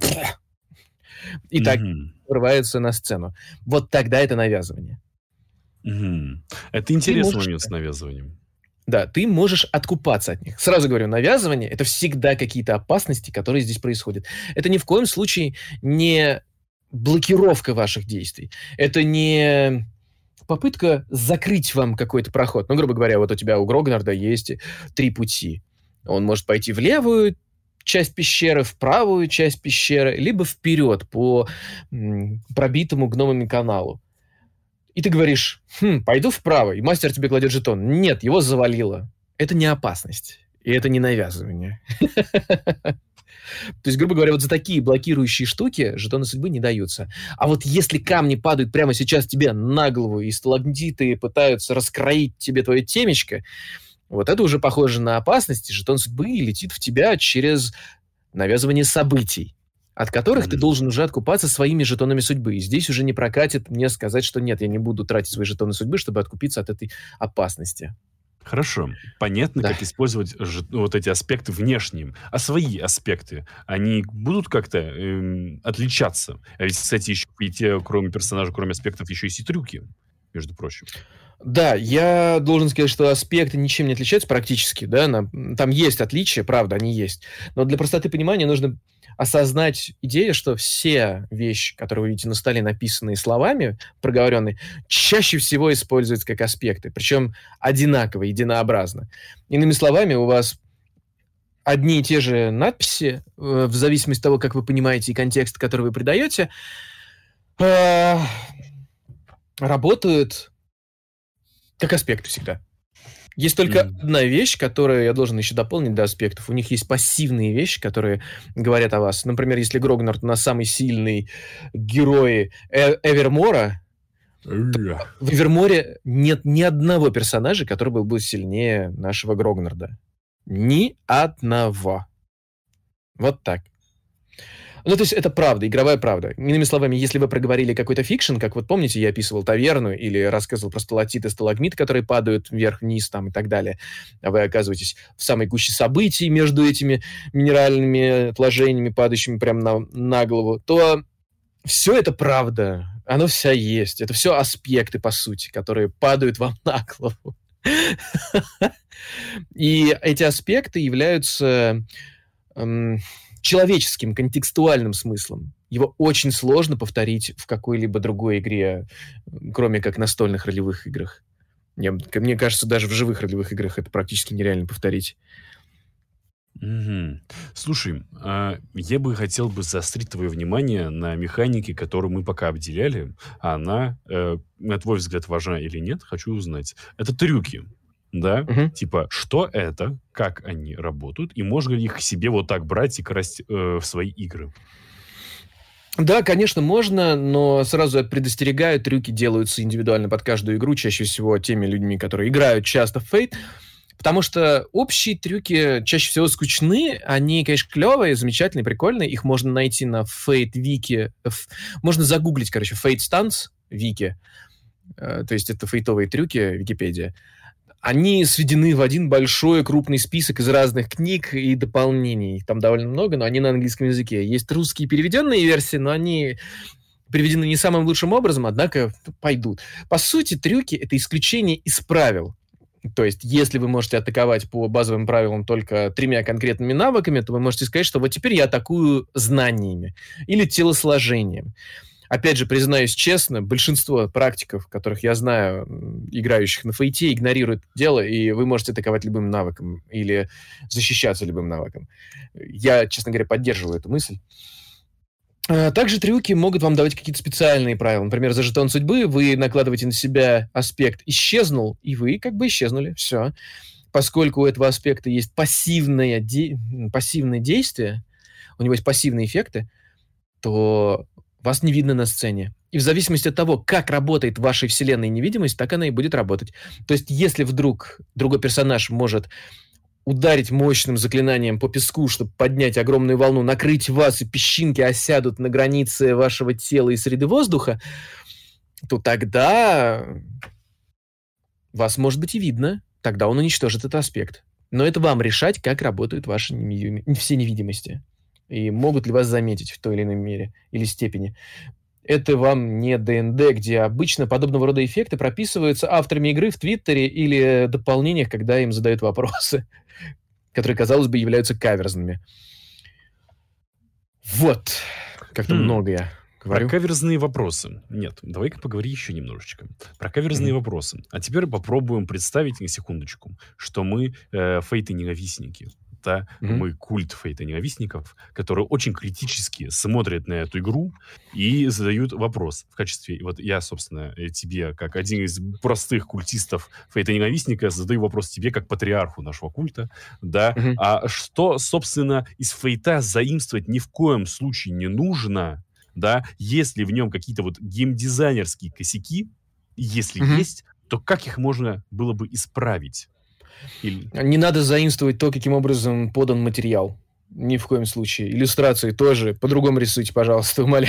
и так врывается на сцену. Вот тогда это навязывание. Угу. Это интересный момент с навязыванием. Да, ты можешь откупаться от них. Сразу говорю, навязывание – это всегда какие-то опасности, которые здесь происходят. Это ни в коем случае не блокировка ваших действий. Это не попытка закрыть вам какой-то проход. Ну, грубо говоря, вот у тебя у Грогнарда есть три пути. Он может пойти в левую часть пещеры, в правую часть пещеры, либо вперед по м, пробитому гномами каналу. И ты говоришь, хм, пойду вправо, и мастер тебе кладет жетон. Нет, его завалило. Это не опасность, и это не навязывание. То есть, грубо говоря, вот за такие блокирующие штуки жетоны судьбы не даются. А вот если камни падают прямо сейчас тебе на голову, и сталагмиты пытаются раскроить тебе твое темечко, вот это уже похоже на опасность, и жетон судьбы летит в тебя через навязывание событий, от которых mm-hmm. ты должен уже откупаться своими жетонами судьбы. И здесь уже не прокатит мне сказать, что нет, я не буду тратить свои жетоны судьбы, чтобы откупиться от этой опасности. Хорошо. Понятно, да. Как использовать ж, вот эти аспекты внешние. А свои аспекты, они будут как-то эм, отличаться? А ведь, кстати, еще и те, кроме персонажа, кроме аспектов, еще есть и трюки, между прочим. Да, я должен сказать, что аспекты ничем не отличаются практически, да, на, там есть отличия, правда, они есть, но для простоты понимания нужно осознать идею, что все вещи, которые вы видите на столе, написанные словами, проговоренные, чаще всего используются как аспекты, причем одинаково, единообразно. Иными словами, у вас одни и те же надписи, в зависимости от того, как вы понимаете и контекст, который вы придаете, работают как аспекты всегда. Есть только mm. одна вещь, которую я должен еще дополнить до аспектов. У них есть пассивные вещи, которые говорят о вас. Например, если Грогнард у нас самый сильный герой э- Эвермора, mm. в Эверморе нет ни одного персонажа, который был бы сильнее нашего Грогнарда. Ни одного. Вот так. Ну, то есть это правда, игровая правда. Иными словами, если вы проговорили какой-то фикшн, как вот помните, я описывал таверну или рассказывал про сталактит и сталагмит, которые падают вверх-вниз там и так далее, а вы оказываетесь в самой гуще событий между этими минеральными отложениями, падающими прямо на, на голову, то все это правда, оно вся есть. Это все аспекты, по сути, которые падают вам на голову. И эти аспекты являются человеческим, контекстуальным смыслом. Его очень сложно повторить в какой-либо другой игре, кроме как настольных ролевых играх. Мне, мне кажется, даже в живых ролевых играх это практически нереально повторить. Mm-hmm. Слушай, а я бы хотел бы заострить твое внимание на механике, которую мы пока обделяли. Она, э, на твой взгляд, важна или нет, хочу узнать. Это трюки. Да, uh-huh. Типа, что это, как они работают, и можно ли их себе вот так брать и красть э, в свои игры? Да, конечно, можно, но сразу я предостерегаю, трюки делаются индивидуально под каждую игру, чаще всего теми людьми, которые играют часто в Fate, потому что общие трюки чаще всего скучны, они, конечно, клевые, замечательные, прикольные, их можно найти на Fate Wiki, можно загуглить, короче, Fate Stunts Wiki, то есть это фейтовые трюки, Википедия. они сведены в один большой крупный список из разных книг и дополнений. Их там довольно много, но они на английском языке. Есть русские переведенные версии, но они приведены не самым лучшим образом, однако пойдут. По сути, трюки — это исключение из правил. То есть, если вы можете атаковать по базовым правилам только тремя конкретными навыками, то вы можете сказать, что вот теперь я атакую знаниями или телосложением. Опять же, признаюсь честно, большинство практиков, которых я знаю, играющих на фейте, игнорируют дело, и вы можете атаковать любым навыком или защищаться любым навыком. Я, честно говоря, поддерживаю эту мысль. Также трюки могут вам давать какие-то специальные правила. Например, за жетон судьбы вы накладываете на себя аспект «исчезнул», и вы как бы исчезнули. Все. Поскольку у этого аспекта есть пассивное, де... пассивное действие, у него есть пассивные эффекты, то вас не видно на сцене. И в зависимости от того, как работает в вашей вселенной невидимость, так она и будет работать. То есть, если вдруг другой персонаж может ударить мощным заклинанием по песку, чтобы поднять огромную волну, накрыть вас, и песчинки осядут на границе вашего тела и среды воздуха, то тогда вас, может быть, и видно. Тогда он уничтожит этот аспект. Но это вам решать, как работают ваши невидим... все невидимости. И могут ли вас заметить в той или иной мере или степени. Это вам не ди энд ди, где обычно подобного рода эффекты прописываются авторами игры в Твиттере или дополнениях, когда им задают вопросы, которые, казалось бы, являются каверзными. Вот. Как-то хм. много я говорю. Про каверзные вопросы. Нет, давай-ка поговори еще немножечко. Про каверзные mm-hmm. вопросы. А теперь попробуем представить на секундочку, что мы э, фейты-ненавистники. Да? Mm-hmm. Мы культ фейта-ненавистников, которые очень критически смотрят на эту игру и задают вопрос в качестве... Вот я, собственно, тебе, как один из простых культистов фейта-ненавистника, задаю вопрос тебе, как патриарху нашего культа, да, mm-hmm. а что, собственно, из фейта заимствовать ни в коем случае не нужно, да, если в нем какие-то вот геймдизайнерские косяки, если mm-hmm. есть, то как их можно было бы исправить? Или... Не надо заимствовать то, каким образом подан материал. Ни в коем случае. Иллюстрации тоже. По-другому рисуйте, пожалуйста, умоляю.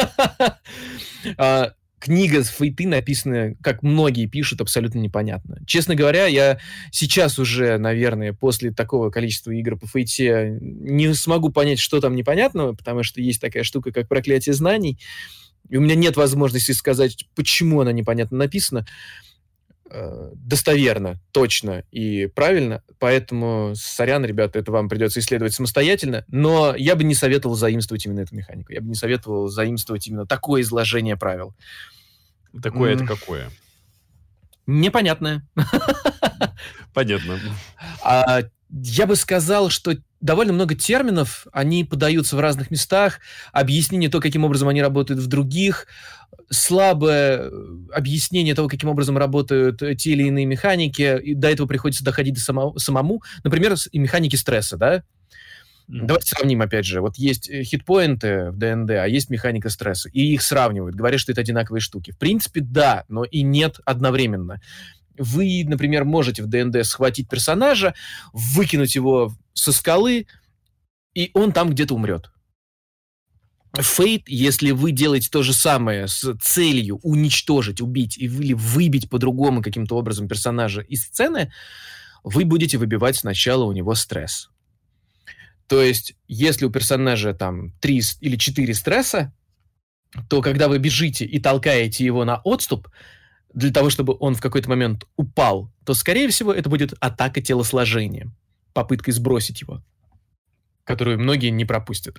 Книга с фейты написана, как многие пишут, абсолютно непонятно. Честно говоря, я сейчас уже, наверное, после такого количества игр по фейте не смогу понять, что там непонятного, потому что есть такая штука, как проклятие знаний, и у меня нет возможности сказать, почему она непонятно написана достоверно, точно и правильно, поэтому, сорян, ребята, это вам придется исследовать самостоятельно, но я бы не советовал заимствовать именно эту механику, я бы не советовал заимствовать именно такое изложение правил. Такое mm. это какое? Непонятное. Понятно. А, я бы сказал, что довольно много терминов, они подаются в разных местах, объяснение то, каким образом они работают в других, слабое объяснение того, каким образом работают те или иные механики, и до этого приходится доходить до самого, самому. Например, и механики стресса, да? Mm. Давайте сравним, опять же. Вот есть хитпоинты в ди энд ди, а есть механика стресса, и их сравнивают, говорят, что это одинаковые штуки. В принципе, да, но и нет одновременно. Вы, например, можете в ди энд ди схватить персонажа, выкинуть его со скалы, и он там где-то умрет. Фейт, если вы делаете то же самое с целью уничтожить, убить или выбить по-другому каким-то образом персонажа из сцены, вы будете выбивать сначала у него стресс. То есть, если у персонажа там три или четыре стресса, то когда вы бежите и толкаете его на отступ, для того, чтобы он в какой-то момент упал, то, скорее всего, это будет атака телосложением, попыткой сбросить его, которую многие не пропустят.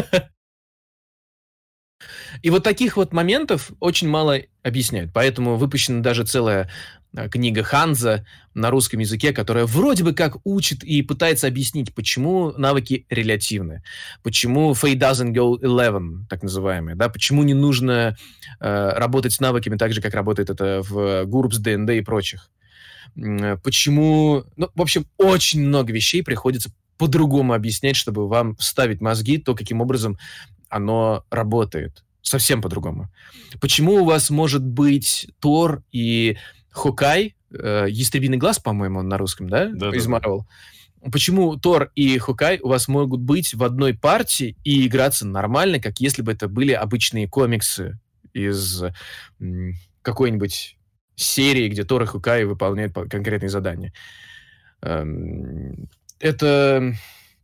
И вот таких вот моментов очень мало объясняют. Поэтому выпущена даже целая книга Ханза на русском языке, которая вроде бы как учит и пытается объяснить, почему навыки релятивны, почему Fate doesn't go eleven, так называемые, да, почему не нужно э, работать с навыками так же, как работает это в гурпс, ди энд ди и прочих. Почему... Ну, в общем, очень много вещей приходится по-другому объяснять, чтобы вам вставить мозги, то, каким образом оно работает. Совсем по-другому. Почему у вас может быть Тор и Хокай, э, Ястребиный глаз, по-моему, он на русском, да? Да, из да, Марвел. Почему Тор и Хокай у вас могут быть в одной партии и играться нормально, как если бы это были обычные комиксы из м, какой-нибудь серии, где Тор и Хокай выполняют конкретные задания. Это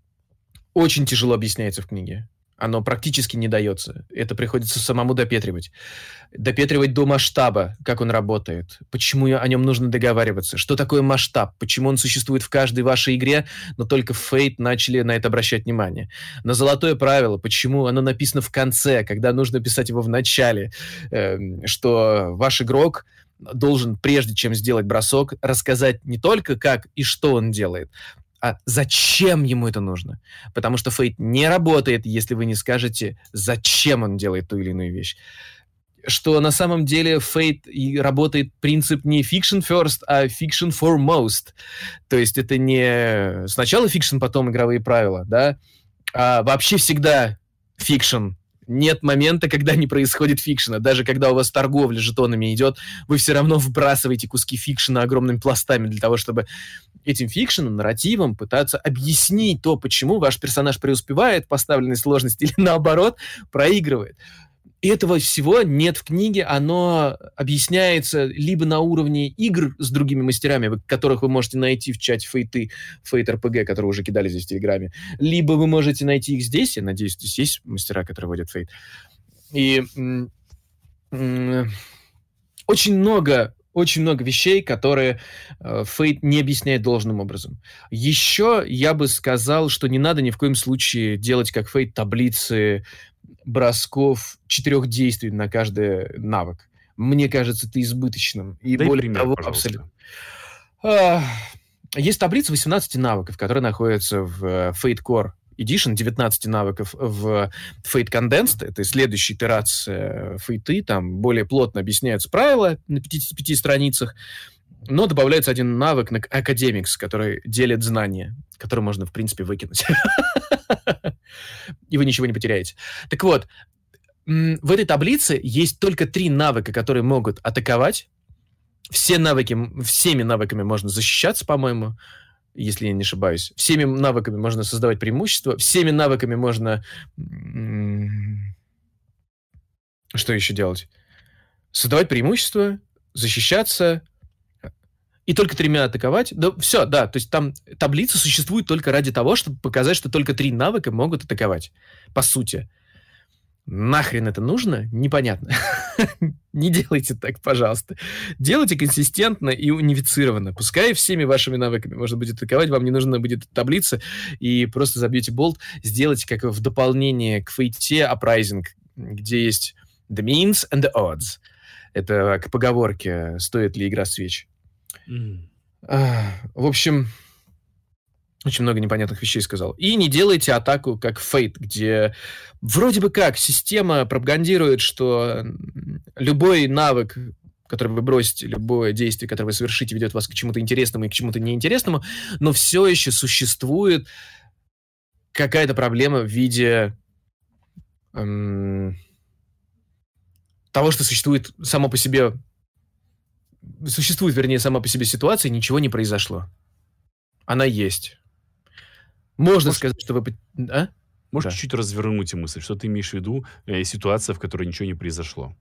очень тяжело объясняется в книге. Оно практически не дается. Это приходится самому допетривать. Допетривать до масштаба, как он работает, почему о нем нужно договариваться, что такое масштаб, почему он существует в каждой вашей игре, но только в Fate начали на это обращать внимание. На золотое правило, почему оно написано в конце, когда нужно писать его в начале, э, что ваш игрок должен, прежде чем сделать бросок, рассказать не только как и что он делает, а зачем ему это нужно. Потому что Fate не работает, если вы не скажете, зачем он делает ту или иную вещь. Что на самом деле Fate и работает принцип не fiction first, а fiction foremost. То есть это не сначала fiction, потом игровые правила, да, а вообще всегда fiction. Нет момента, когда не происходит фикшена. Даже когда у вас торговля жетонами идет, вы все равно вбрасываете куски фикшена огромными пластами для того, чтобы этим фикшеном, нарративом пытаться объяснить то, почему ваш персонаж преуспевает в поставленной сложности или, наоборот, проигрывает. И этого всего нет в книге, оно объясняется либо на уровне игр с другими мастерами, которых вы можете найти в чате Фейты, Фейт эр пи джи, которые уже кидали здесь в Телеграме, либо вы можете найти их здесь, я надеюсь, здесь есть мастера, которые водят Фейт. И м- м- очень много, очень много вещей, которые Фейт э, не объясняет должным образом. Еще я бы сказал, что не надо ни в коем случае делать, как Фейт, таблицы бросков, четырех действий на каждый навык. Мне кажется, это избыточным. И Дай более пример, того, пожалуйста. абсолютно. А, есть таблица восемнадцати навыков, которая находится в Fate Core Edition, девятнадцать навыков в Fate Condensed, это следующая итерация Fate, там более плотно объясняются правила на пятидесяти пяти страницах, но добавляется один навык на Academics, который делит знания, который можно, в принципе, выкинуть. И вы ничего не потеряете. Так вот, в этой таблице есть только три навыка, которые могут атаковать. Все навыки, всеми навыками можно защищаться, по-моему, если я не ошибаюсь. Всеми навыками можно создавать преимущество. Всеми навыками можно... Что еще делать? Создавать преимущество, защищаться... И только тремя атаковать. Да, все, да, то есть там таблица существует только ради того, чтобы показать, что только три навыка могут атаковать. По сути. Нахрен это нужно? Непонятно. Не делайте так, пожалуйста. Делайте консистентно и унифицированно. Пускай всеми вашими навыками можно будет атаковать, вам не нужна будет таблица, и просто забьете болт, сделайте как в дополнение к Фейте Uprising, где есть the means and the odds. Это к поговорке «Стоит ли игра свеч?». Mm. В общем, очень много непонятных вещей сказал. И не делайте атаку, как Fate, где вроде бы как система пропагандирует, что любой навык, который вы бросите, любое действие, которое вы совершите, ведет вас к чему-то интересному и к чему-то неинтересному, но все еще существует какая-то проблема в виде эм, того, что существует само по себе Существует, вернее, сама по себе ситуация, ничего не произошло. Она есть. Можно Может, сказать, что вы... А? Можешь да. чуть-чуть развернуть мысль, что ты имеешь в виду э, ситуация, в которой ничего не произошло?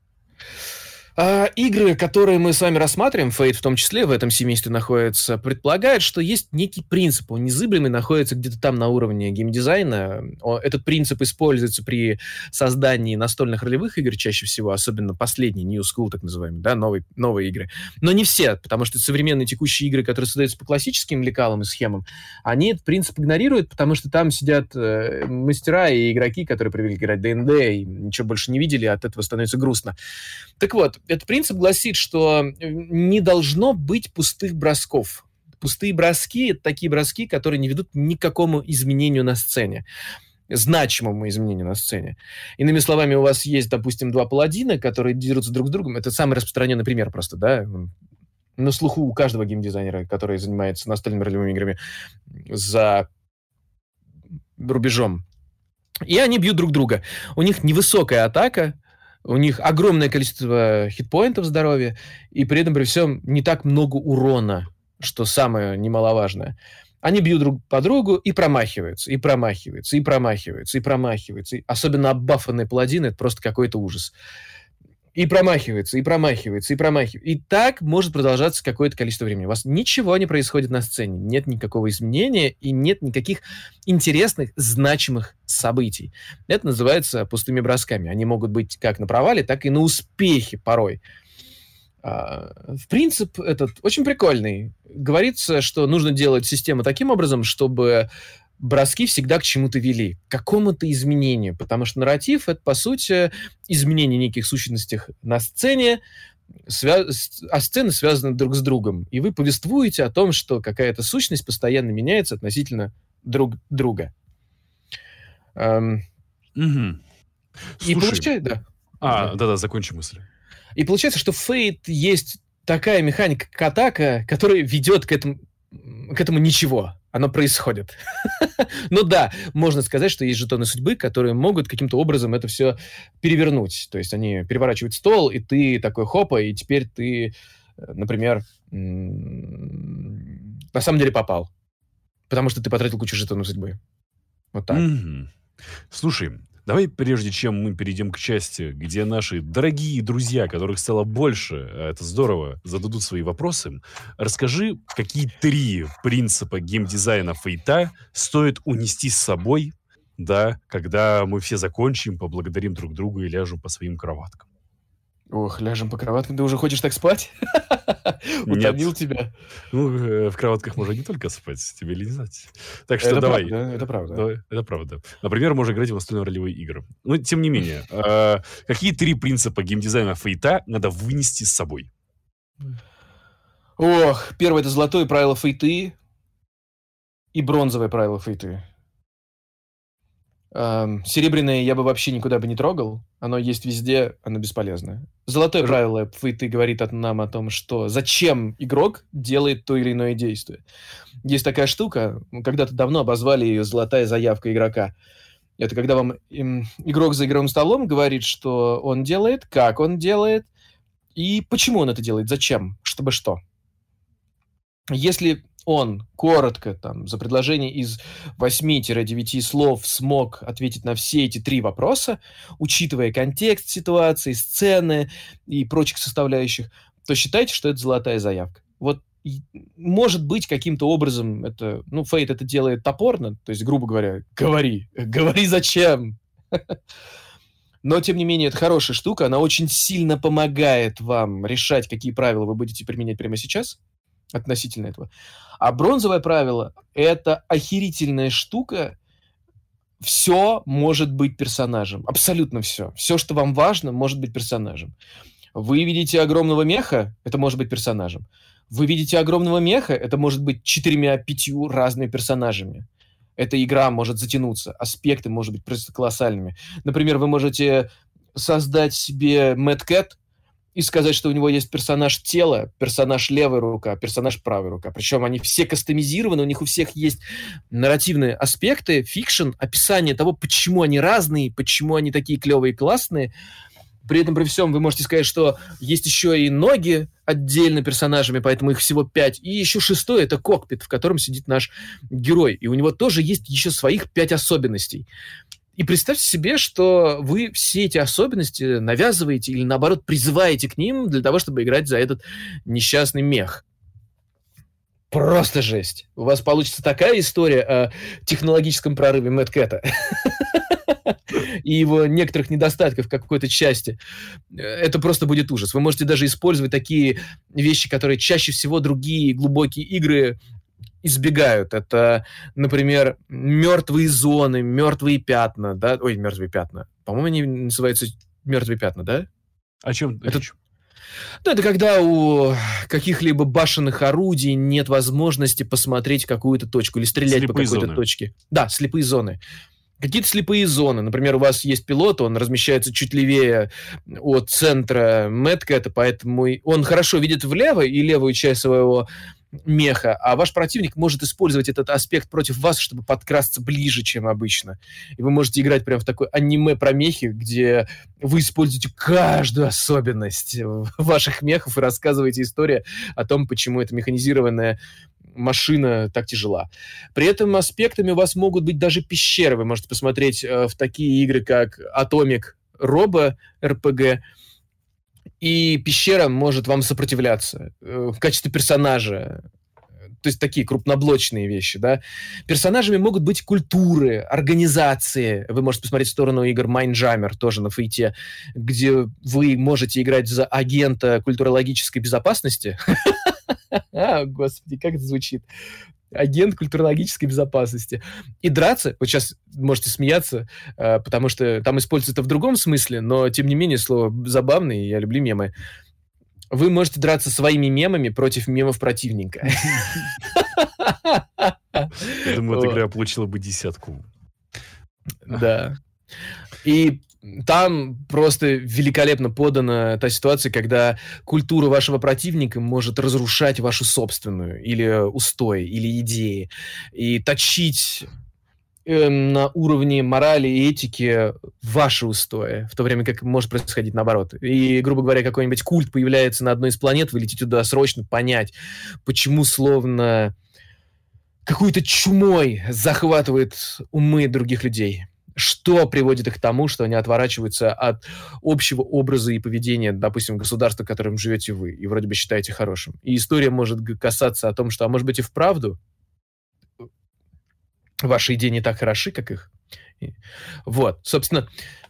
А, игры, которые мы с вами рассматриваем, Fate в том числе в этом семействе находится, предполагают, что есть некий принцип, он незыблемый, находится где-то там на уровне геймдизайна. Этот принцип используется при создании настольных ролевых игр чаще всего, особенно последние, New School, так называемые, да, новые, новые игры. Но не все, потому что современные текущие игры, которые создаются по классическим лекалам и схемам, они этот принцип игнорируют, потому что там сидят э, мастера и игроки, которые привыкли играть ди энд ди, и ничего больше не видели, от этого становится грустно. Так вот, этот принцип гласит, что не должно быть пустых бросков. Пустые броски — это такие броски, которые не ведут ни к какому изменению на сцене. Значимому изменению на сцене. Иными словами, у вас есть, допустим, два паладина, которые дерутся друг с другом. Это самый распространенный пример просто, да? На слуху у каждого геймдизайнера, который занимается настольными ролевыми играми за рубежом. И они бьют друг друга. У них невысокая атака, у них огромное количество хитпоинтов здоровья, и при этом, при всем, не так много урона, что самое немаловажное. Они бьют друг по другу и промахиваются, и промахиваются, и промахиваются, и промахиваются. И особенно оббафанные паладины — это просто какой-то ужас. И промахивается, и промахивается, и промахивается. И так может продолжаться какое-то количество времени. У вас ничего не происходит на сцене, нет никакого изменения и нет никаких интересных, значимых событий. Это называется пустыми бросками. Они могут быть как на провале, так и на успехе порой. В принцип этот очень прикольный. Говорится, что нужно делать систему таким образом, чтобы броски всегда к чему-то вели, к какому-то изменению, потому что нарратив — это, по сути, изменение неких сущностей на сцене, свя... а сцены связаны друг с другом, и вы повествуете о том, что какая-то сущность постоянно меняется относительно друг друга. Эм... Угу. И получается, да. А, да-да, закончи мысль. И получается, что в Fate есть такая механика, как атака, которая ведет к этому, к этому ничего. Оно происходит. Ну да, можно сказать, что есть жетоны судьбы, которые могут каким-то образом это все перевернуть. То есть они переворачивают стол, и ты такой хопа, и теперь ты, например, на самом деле попал. Потому что ты потратил кучу жетонов судьбы. Вот так. Mm-hmm. Слушай, давай, прежде чем мы перейдем к части, где наши дорогие друзья, которых стало больше, это здорово, зададут свои вопросы, расскажи, какие три принципа геймдизайна Фейта стоит унести с собой, да, когда мы все закончим, поблагодарим друг друга и ляжем по своим кроваткам. Ох, ляжем по кроваткам. Ты уже хочешь так спать? Утомил тебя. Ну, в кроватках можно не только спать, тебе ли не знать. Так что это давай. Правда, это правда. Давай, это правда. Например, можно играть в настольные ролевые игры. Но, тем не менее, э, какие три принципа геймдизайна Фейта надо вынести с собой? Ох, первое — это золотое правило Фейты и бронзовое правило Фейты. Эм, серебряное я бы вообще никуда бы не трогал. Оно есть везде, оно бесполезно. Золотое Р... правило Фейты говорит от нам о том, что зачем игрок делает то или иное действие. Есть такая штука, когда-то давно обозвали ее «золотая заявка игрока». Это когда вам им, игрок за игровым столом говорит, что он делает, как он делает и почему он это делает, зачем, чтобы что. Если он коротко, там, за предложение из восьми-девяти слов смог ответить на все эти три вопроса, учитывая контекст ситуации, сцены и прочих составляющих, то считайте, что это золотая заявка. Вот, может быть, каким-то образом это, ну, Фейт это делает топорно, то есть, грубо говоря, говори, говори зачем. Но, тем не менее, это хорошая штука, она очень сильно помогает вам решать, какие правила вы будете применять прямо сейчас относительно этого. А бронзовое правило — это охерительная штука. Все может быть персонажем. Абсолютно все. Все, что вам важно, может быть персонажем. Вы видите огромного меха — это может быть персонажем. Вы видите огромного меха — это может быть четырьмя-пятью разными персонажами. Эта игра может затянуться. Аспекты могут быть просто колоссальными. Например, вы можете создать себе Mad Cat и сказать, что у него есть персонаж тела, персонаж левая рука, персонаж правая рука. Причем они все кастомизированы, у них у всех есть нарративные аспекты, фикшн, описание того, почему они разные, почему они такие клевые и классные. При этом, при всем, вы можете сказать, что есть еще и ноги отдельно персонажами, поэтому их всего пять. И еще шестой — это кокпит, в котором сидит наш герой. И у него тоже есть еще своих пять особенностей. И представьте себе, что вы все эти особенности навязываете или, наоборот, призываете к ним для того, чтобы играть за этот несчастный мех. Просто жесть. У вас получится такая история о технологическом прорыве Мэд Кэта и его некоторых недостатков в какой-то части. Это просто будет ужас. Вы можете даже использовать такие вещи, которые чаще всего другие глубокие игры избегают. Это, например, мертвые зоны, мертвые пятна, да? Ой, мертвые пятна. По-моему, они называются мертвые пятна, да? О чем это? Ну, это когда у каких-либо башенных орудий нет возможности посмотреть какую-то точку или стрелять слепые по какой-то зоны. точке. Да, слепые зоны. Какие-то слепые зоны. Например, у вас есть пилот, он размещается чуть левее от центра Мэд Кэта, поэтому он хорошо видит влево и левую часть своего меха, а ваш противник может использовать этот аспект против вас, чтобы подкрасться ближе, чем обычно. И вы можете играть прямо в такой аниме про мехи, где вы используете каждую особенность ваших мехов и рассказываете историю о том, почему эта механизированная машина так тяжела. При этом аспектами у вас могут быть даже пещеры. Вы можете посмотреть э, в такие игры, как Atomic Robo эр пи джи, И пещера может вам сопротивляться э, в качестве персонажа. То есть такие крупноблочные вещи, да. Персонажами могут быть культуры, организации. Вы можете посмотреть в сторону игр Mindjammer, тоже на Фейте, где вы можете играть за агента культурологической безопасности. А, господи, как это звучит. Агент культурологической безопасности. И драться, вот сейчас можете смеяться, потому что там используется это в другом смысле, но, тем не менее, слово забавное, я люблю мемы. Вы можете драться своими мемами против мемов противника. Я думаю, эта игра получила бы десятку. Да. И там просто великолепно подана та ситуация, когда культура вашего противника может разрушать вашу собственную, или устои, или идеи, и точить э, на уровне морали и этики ваши устои, в то время как может происходить наоборот. И, грубо говоря, какой-нибудь культ появляется на одной из планет, вы летите туда срочно понять, почему словно какой-то чумой захватывает умы других людей. Что приводит их к тому, что они отворачиваются от общего образа и поведения, допустим, государства, в котором живете вы, и вроде бы считаете хорошим. И история может касаться о том, что, а может быть, и вправду ваши идеи не так хороши, как их. Вот, собственно,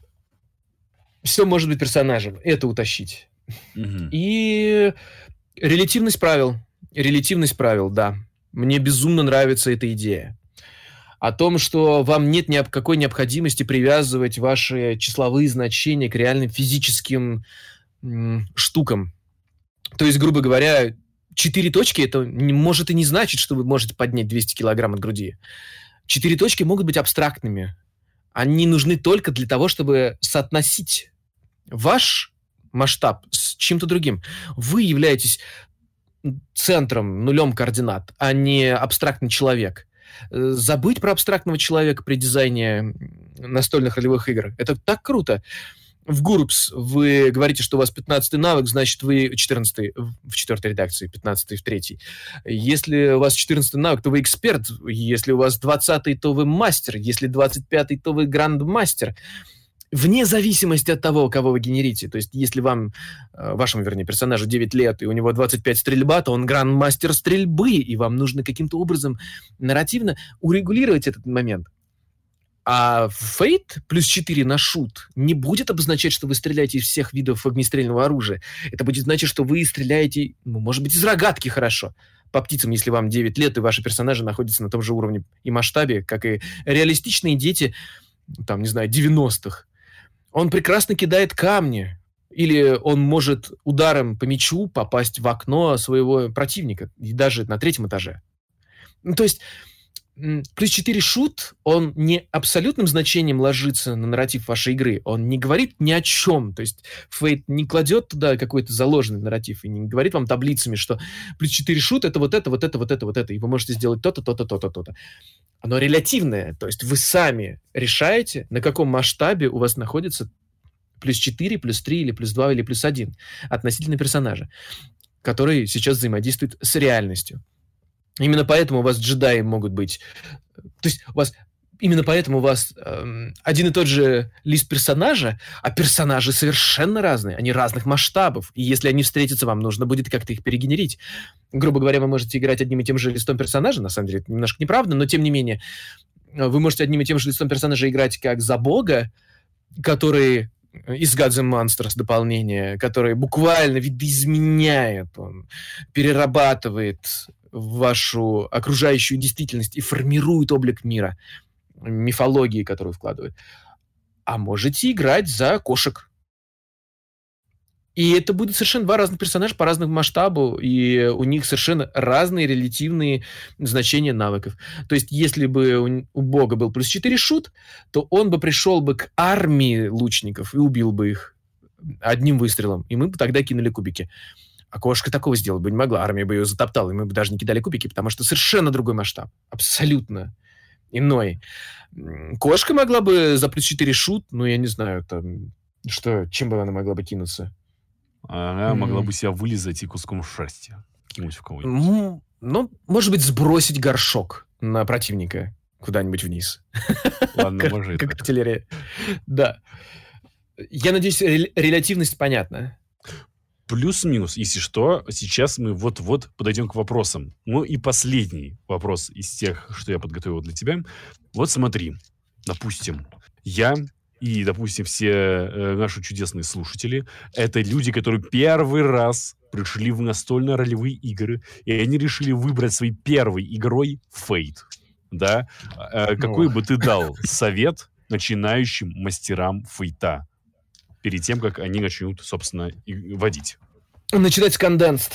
все может быть персонажем. Это утащить. Mm-hmm. И релятивность правил. Релятивность правил, да. Мне безумно нравится эта идея. О том, что вам нет никакой необходимости привязывать ваши числовые значения к реальным физическим м, штукам. То есть, грубо говоря, четыре точки, это не, может и не значит, что вы можете поднять двести килограмм от груди. Четыре точки могут быть абстрактными. Они нужны только для того, чтобы соотносить ваш масштаб с чем-то другим. Вы являетесь центром, нулем координат, а не абстрактный человек. Забыть про абстрактного человека при дизайне настольных ролевых игр. Это так круто. В Гурупс вы говорите, что у вас пятнадцатый навык, значит, вы четырнадцатый в четвертой редакции, пятнадцатый в третьей. Если у вас четырнадцатый навык, то вы эксперт. Если у вас двадцатый, то вы мастер. Если двадцать пятый, то вы грандмастер. Вне зависимости от того, кого вы генерите. То есть, если вам, вашему, вернее, персонажу девять лет, и у него двадцать пять стрельба, то он грандмастер стрельбы, и вам нужно каким-то образом нарративно урегулировать этот момент. А Fate плюс четыре на шут не будет обозначать, что вы стреляете из всех видов огнестрельного оружия. Это будет значить, что вы стреляете, ну, может быть, из рогатки хорошо. По птицам, если вам девять лет, и ваши персонажи находятся на том же уровне и масштабе, как и реалистичные дети, там, не знаю, девяностых. Он прекрасно кидает камни, или он может ударом по мячу попасть в окно своего противника, и даже на третьем этаже. Ну, то есть плюс четыре шут, он не абсолютным значением ложится на нарратив вашей игры, он не говорит ни о чем, то есть Fate не кладет туда какой-то заложенный нарратив и не говорит вам таблицами, что плюс четыре шут это вот это, вот это, вот это, вот это, и вы можете сделать то-то, то-то, то-то, то-то. Оно релятивное, то есть вы сами решаете, на каком масштабе у вас находится плюс четыре, плюс три, или плюс два, или плюс один относительно персонажа, который сейчас взаимодействует с реальностью. Именно поэтому у вас джедаи могут быть... То есть у вас... Именно поэтому у вас эм, один и тот же лист персонажа, а персонажи совершенно разные, они разных масштабов. И если они встретятся, вам нужно будет как-то их перегенерить. Грубо говоря, вы можете играть одним и тем же листом персонажа, на самом деле это немножко неправда, но тем не менее, вы можете одним и тем же листом персонажа играть как за бога, который из Gods and Monsters дополнение, который буквально видоизменяет, он перерабатывает вашу окружающую действительность и формирует облик мира, мифологии, которую вкладывает. А можете играть за кошек. И это будет совершенно два разных персонажа по разному масштабу, и у них совершенно разные релятивные значения навыков. То есть, если бы у, у бога был плюс четыре шут, то он бы пришел бы к армии лучников и убил бы их одним выстрелом, и мы бы тогда кинули кубики. А кошка такого сделать бы не могла, армия бы ее затоптала, и мы бы даже не кидали кубики, потому что совершенно другой масштаб, абсолютно иной. Кошка могла бы за плюс четыре шут, ну, я не знаю, там, что, чем бы она могла бы кинуться? Она mm. могла бы себя вылизать и куском шерсти кинуть в кого-нибудь. Ну, ну, может быть, сбросить горшок на противника куда-нибудь вниз. Ладно, может. Как артиллерия. Да. Я надеюсь, релятивность понятна. Плюс-минус, если что, сейчас мы вот-вот подойдем к вопросам. Ну и последний вопрос из тех, что я подготовил для тебя. Вот смотри, допустим, я и, допустим, все э, наши чудесные слушатели, это люди, которые первый раз пришли в настольно-ролевые игры, и они решили выбрать своей первой игрой Fate. Да? Э, какой Ох. бы ты дал совет начинающим мастерам фейта перед тем, как они начнут, собственно, и водить? Начинать с конденст.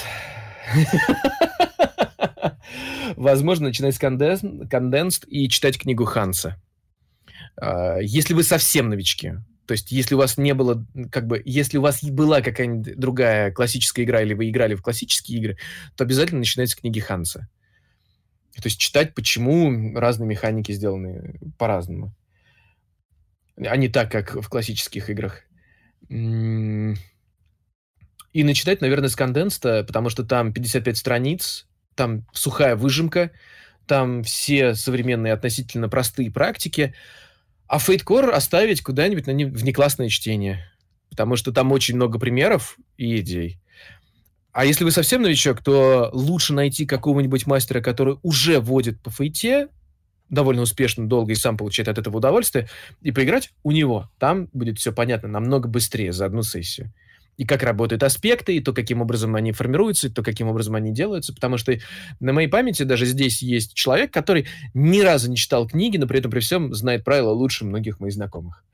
Возможно, начинать с конденст и читать книгу Ханса. А, Если вы совсем новички, то есть если у вас не было, как бы, если у вас была какая-нибудь другая классическая игра, или вы играли в классические игры, то обязательно начинайте с книги Ханса. То есть читать, почему разные механики сделаны по-разному, а не так, как в классических играх. М, И начинать, наверное, с конденста, потому что там пятьдесят пять страниц, там сухая выжимка, там все современные относительно простые практики, а Fate Core оставить куда-нибудь на не- внеклассное чтение, потому что там очень много примеров и идей. А если вы совсем новичок, то лучше найти какого-нибудь мастера, который уже водит по фейте довольно успешно, долго и сам получает от этого удовольствие, и поиграть у него. Там будет все понятно намного быстрее за одну сессию. И как работают аспекты, и то, каким образом они формируются, и то, каким образом они делаются. Потому что на моей памяти даже здесь есть человек, который ни разу не читал книги, но при этом при всем знает правила лучше многих моих знакомых.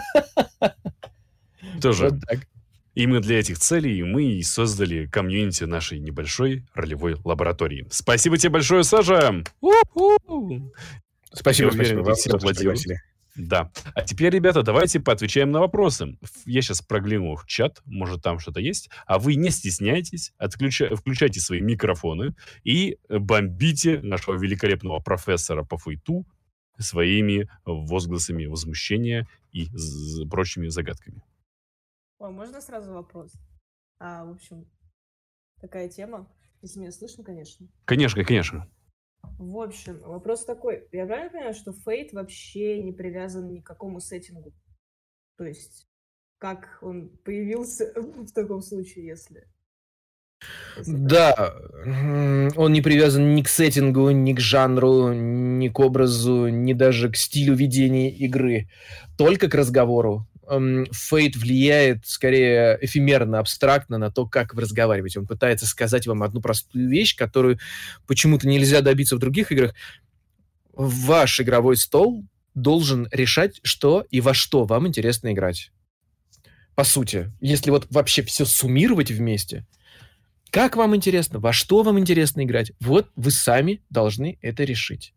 Тоже. Вот так. Именно для этих целей мы и создали комьюнити нашей небольшой ролевой лаборатории. Спасибо тебе большое, Саша! У-ху! Спасибо, Я уверен, спасибо. вы Вам все тоже, что аплодируют. пригласили. Да. А теперь, ребята, давайте поотвечаем на вопросы. Ф- Я сейчас прогляну в чат, может, там что-то есть. А вы не стесняйтесь, отключа- включайте свои микрофоны и э, бомбите нашего великолепного профессора по фейту своими возгласами возмущения и з- прочими загадками. Ой, можно сразу вопрос? А, в общем, такая тема. Если меня слышно, конечно. Конечно, конечно. В общем, вопрос такой. Я правильно понимаю, что Fate вообще не привязан ни к какому сеттингу? То есть, как он появился в таком случае, если... если так? Да, м, он не привязан ни к сеттингу, ни к жанру, ни к образу, ни даже к стилю ведения игры, только к разговору. Эм, Fate влияет скорее эфемерно, абстрактно на то, как вы разговариваете. Он пытается сказать вам одну простую вещь, которую почему-то нельзя добиться в других играх. Ваш игровой стол должен решать, что и во что вам интересно играть. По сути, если вот вообще все суммировать вместе, как вам интересно, во что вам интересно играть, вот вы сами должны это решить.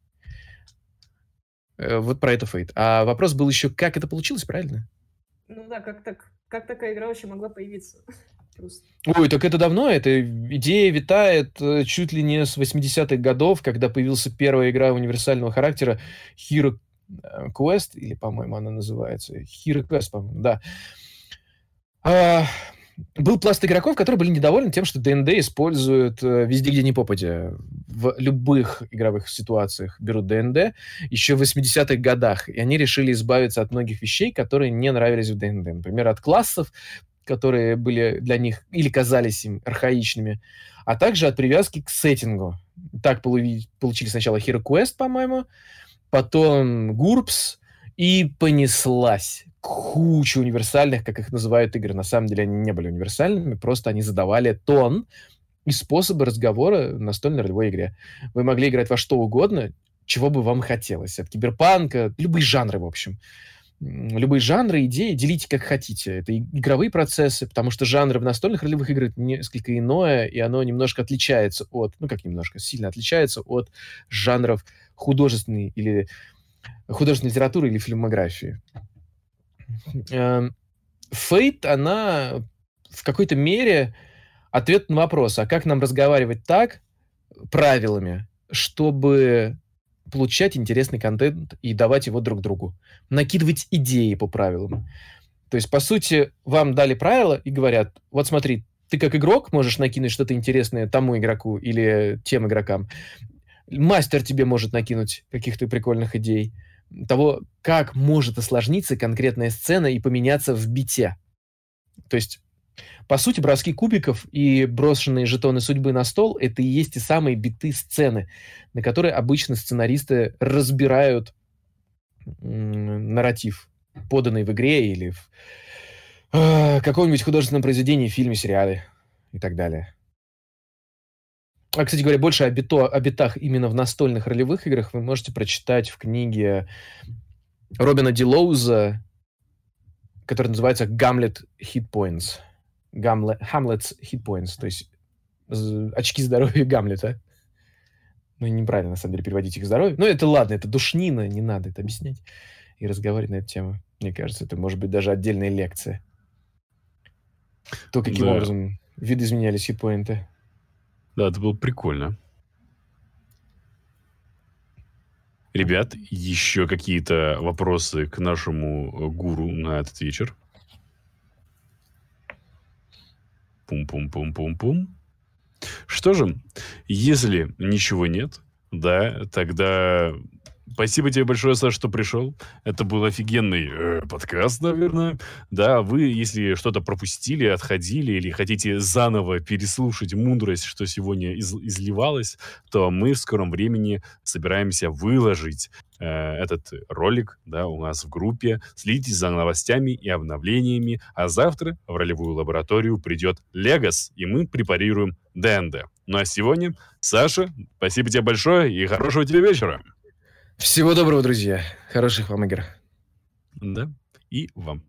Э, Вот про это Fate. А вопрос был еще, как это получилось, правильно? Ну да, как, так, как такая игра вообще могла появиться? Просто. Ой, так это давно, эта идея витает э, чуть ли не с восьмидесятых годов, когда появилась первая игра универсального характера Hero э, Quest, или, по-моему, она называется. Hero Quest, по-моему, да. А, Был пласт игроков, которые были недовольны тем, что ДНД используют э, везде, где ни попадя. В любых игровых ситуациях берут ДНД еще в восьмидесятых годах. И они решили избавиться от многих вещей, которые не нравились в ДНД. Например, от классов, которые были для них или казались им архаичными, а также от привязки к сеттингу. Так полуви- получили сначала Hero Quest, по-моему, потом гурпс, и понеслась куча универсальных, как их называют, игр. На самом деле они не были универсальными, просто они задавали тон и способы разговора в настольной ролевой игре. Вы могли играть во что угодно, чего бы вам хотелось. От киберпанка, любые жанры, в общем. М, Любые жанры, идеи делите как хотите. Это и игровые процессы, потому что жанры в настольных ролевых играх несколько иное, и оно немножко отличается от, ну как немножко, сильно отличается от жанров художественной или художественной литературы или фильмографии. Эм, Fate, она в какой-то мере ответ на вопрос, а как нам разговаривать так, правилами, чтобы получать интересный контент и давать его друг другу. Накидывать идеи по правилам. То есть, по сути, вам дали правила и говорят, вот смотри, ты как игрок можешь накинуть что-то интересное тому игроку или тем игрокам. Мастер тебе может накинуть каких-то прикольных идей. Того, как может осложниться конкретная сцена и поменяться в бите. То есть По сути, броски кубиков и брошенные жетоны судьбы на стол — это и есть те самые биты сцены, на которые обычно сценаристы разбирают м, нарратив, поданный в игре или в э, каком-нибудь художественном произведении, фильме, сериале и так далее. А, кстати говоря, больше о, бито, о битах именно в настольных ролевых играх вы можете прочитать в книге Робина Ди Лоуза, которая называется «Гамлет Hit Points». Гамлет, Hamlet's Hit Points, то есть з- очки здоровья Гамлета. Ну, неправильно, на самом деле, переводить их здоровье. Ну, это ладно, это душнина, не надо это объяснять и разговаривать на эту тему. Мне кажется, это может быть даже отдельная лекция. То, каким Да. образом видоизменялись хитпоинты. Да, это было прикольно. Ребят, еще какие-то вопросы к нашему гуру на этот вечер? Пум-пум-пум-пум-пум. Что же, если ничего нет, да, тогда спасибо тебе большое, Саш, что пришел. Это был офигенный э, подкаст, наверное. Да, вы, если что-то пропустили, отходили или хотите заново переслушать мудрость, что сегодня из- изливалось, то мы в скором времени собираемся выложить э, этот ролик, да, у нас в группе. Следите за новостями и обновлениями. А завтра в ролевую лабораторию придет Легос, и мы препарируем ди энд ди. Ну а сегодня, Саша, спасибо тебе большое и хорошего тебе вечера. Всего доброго, друзья. Хороших вам игр. Да, и вам.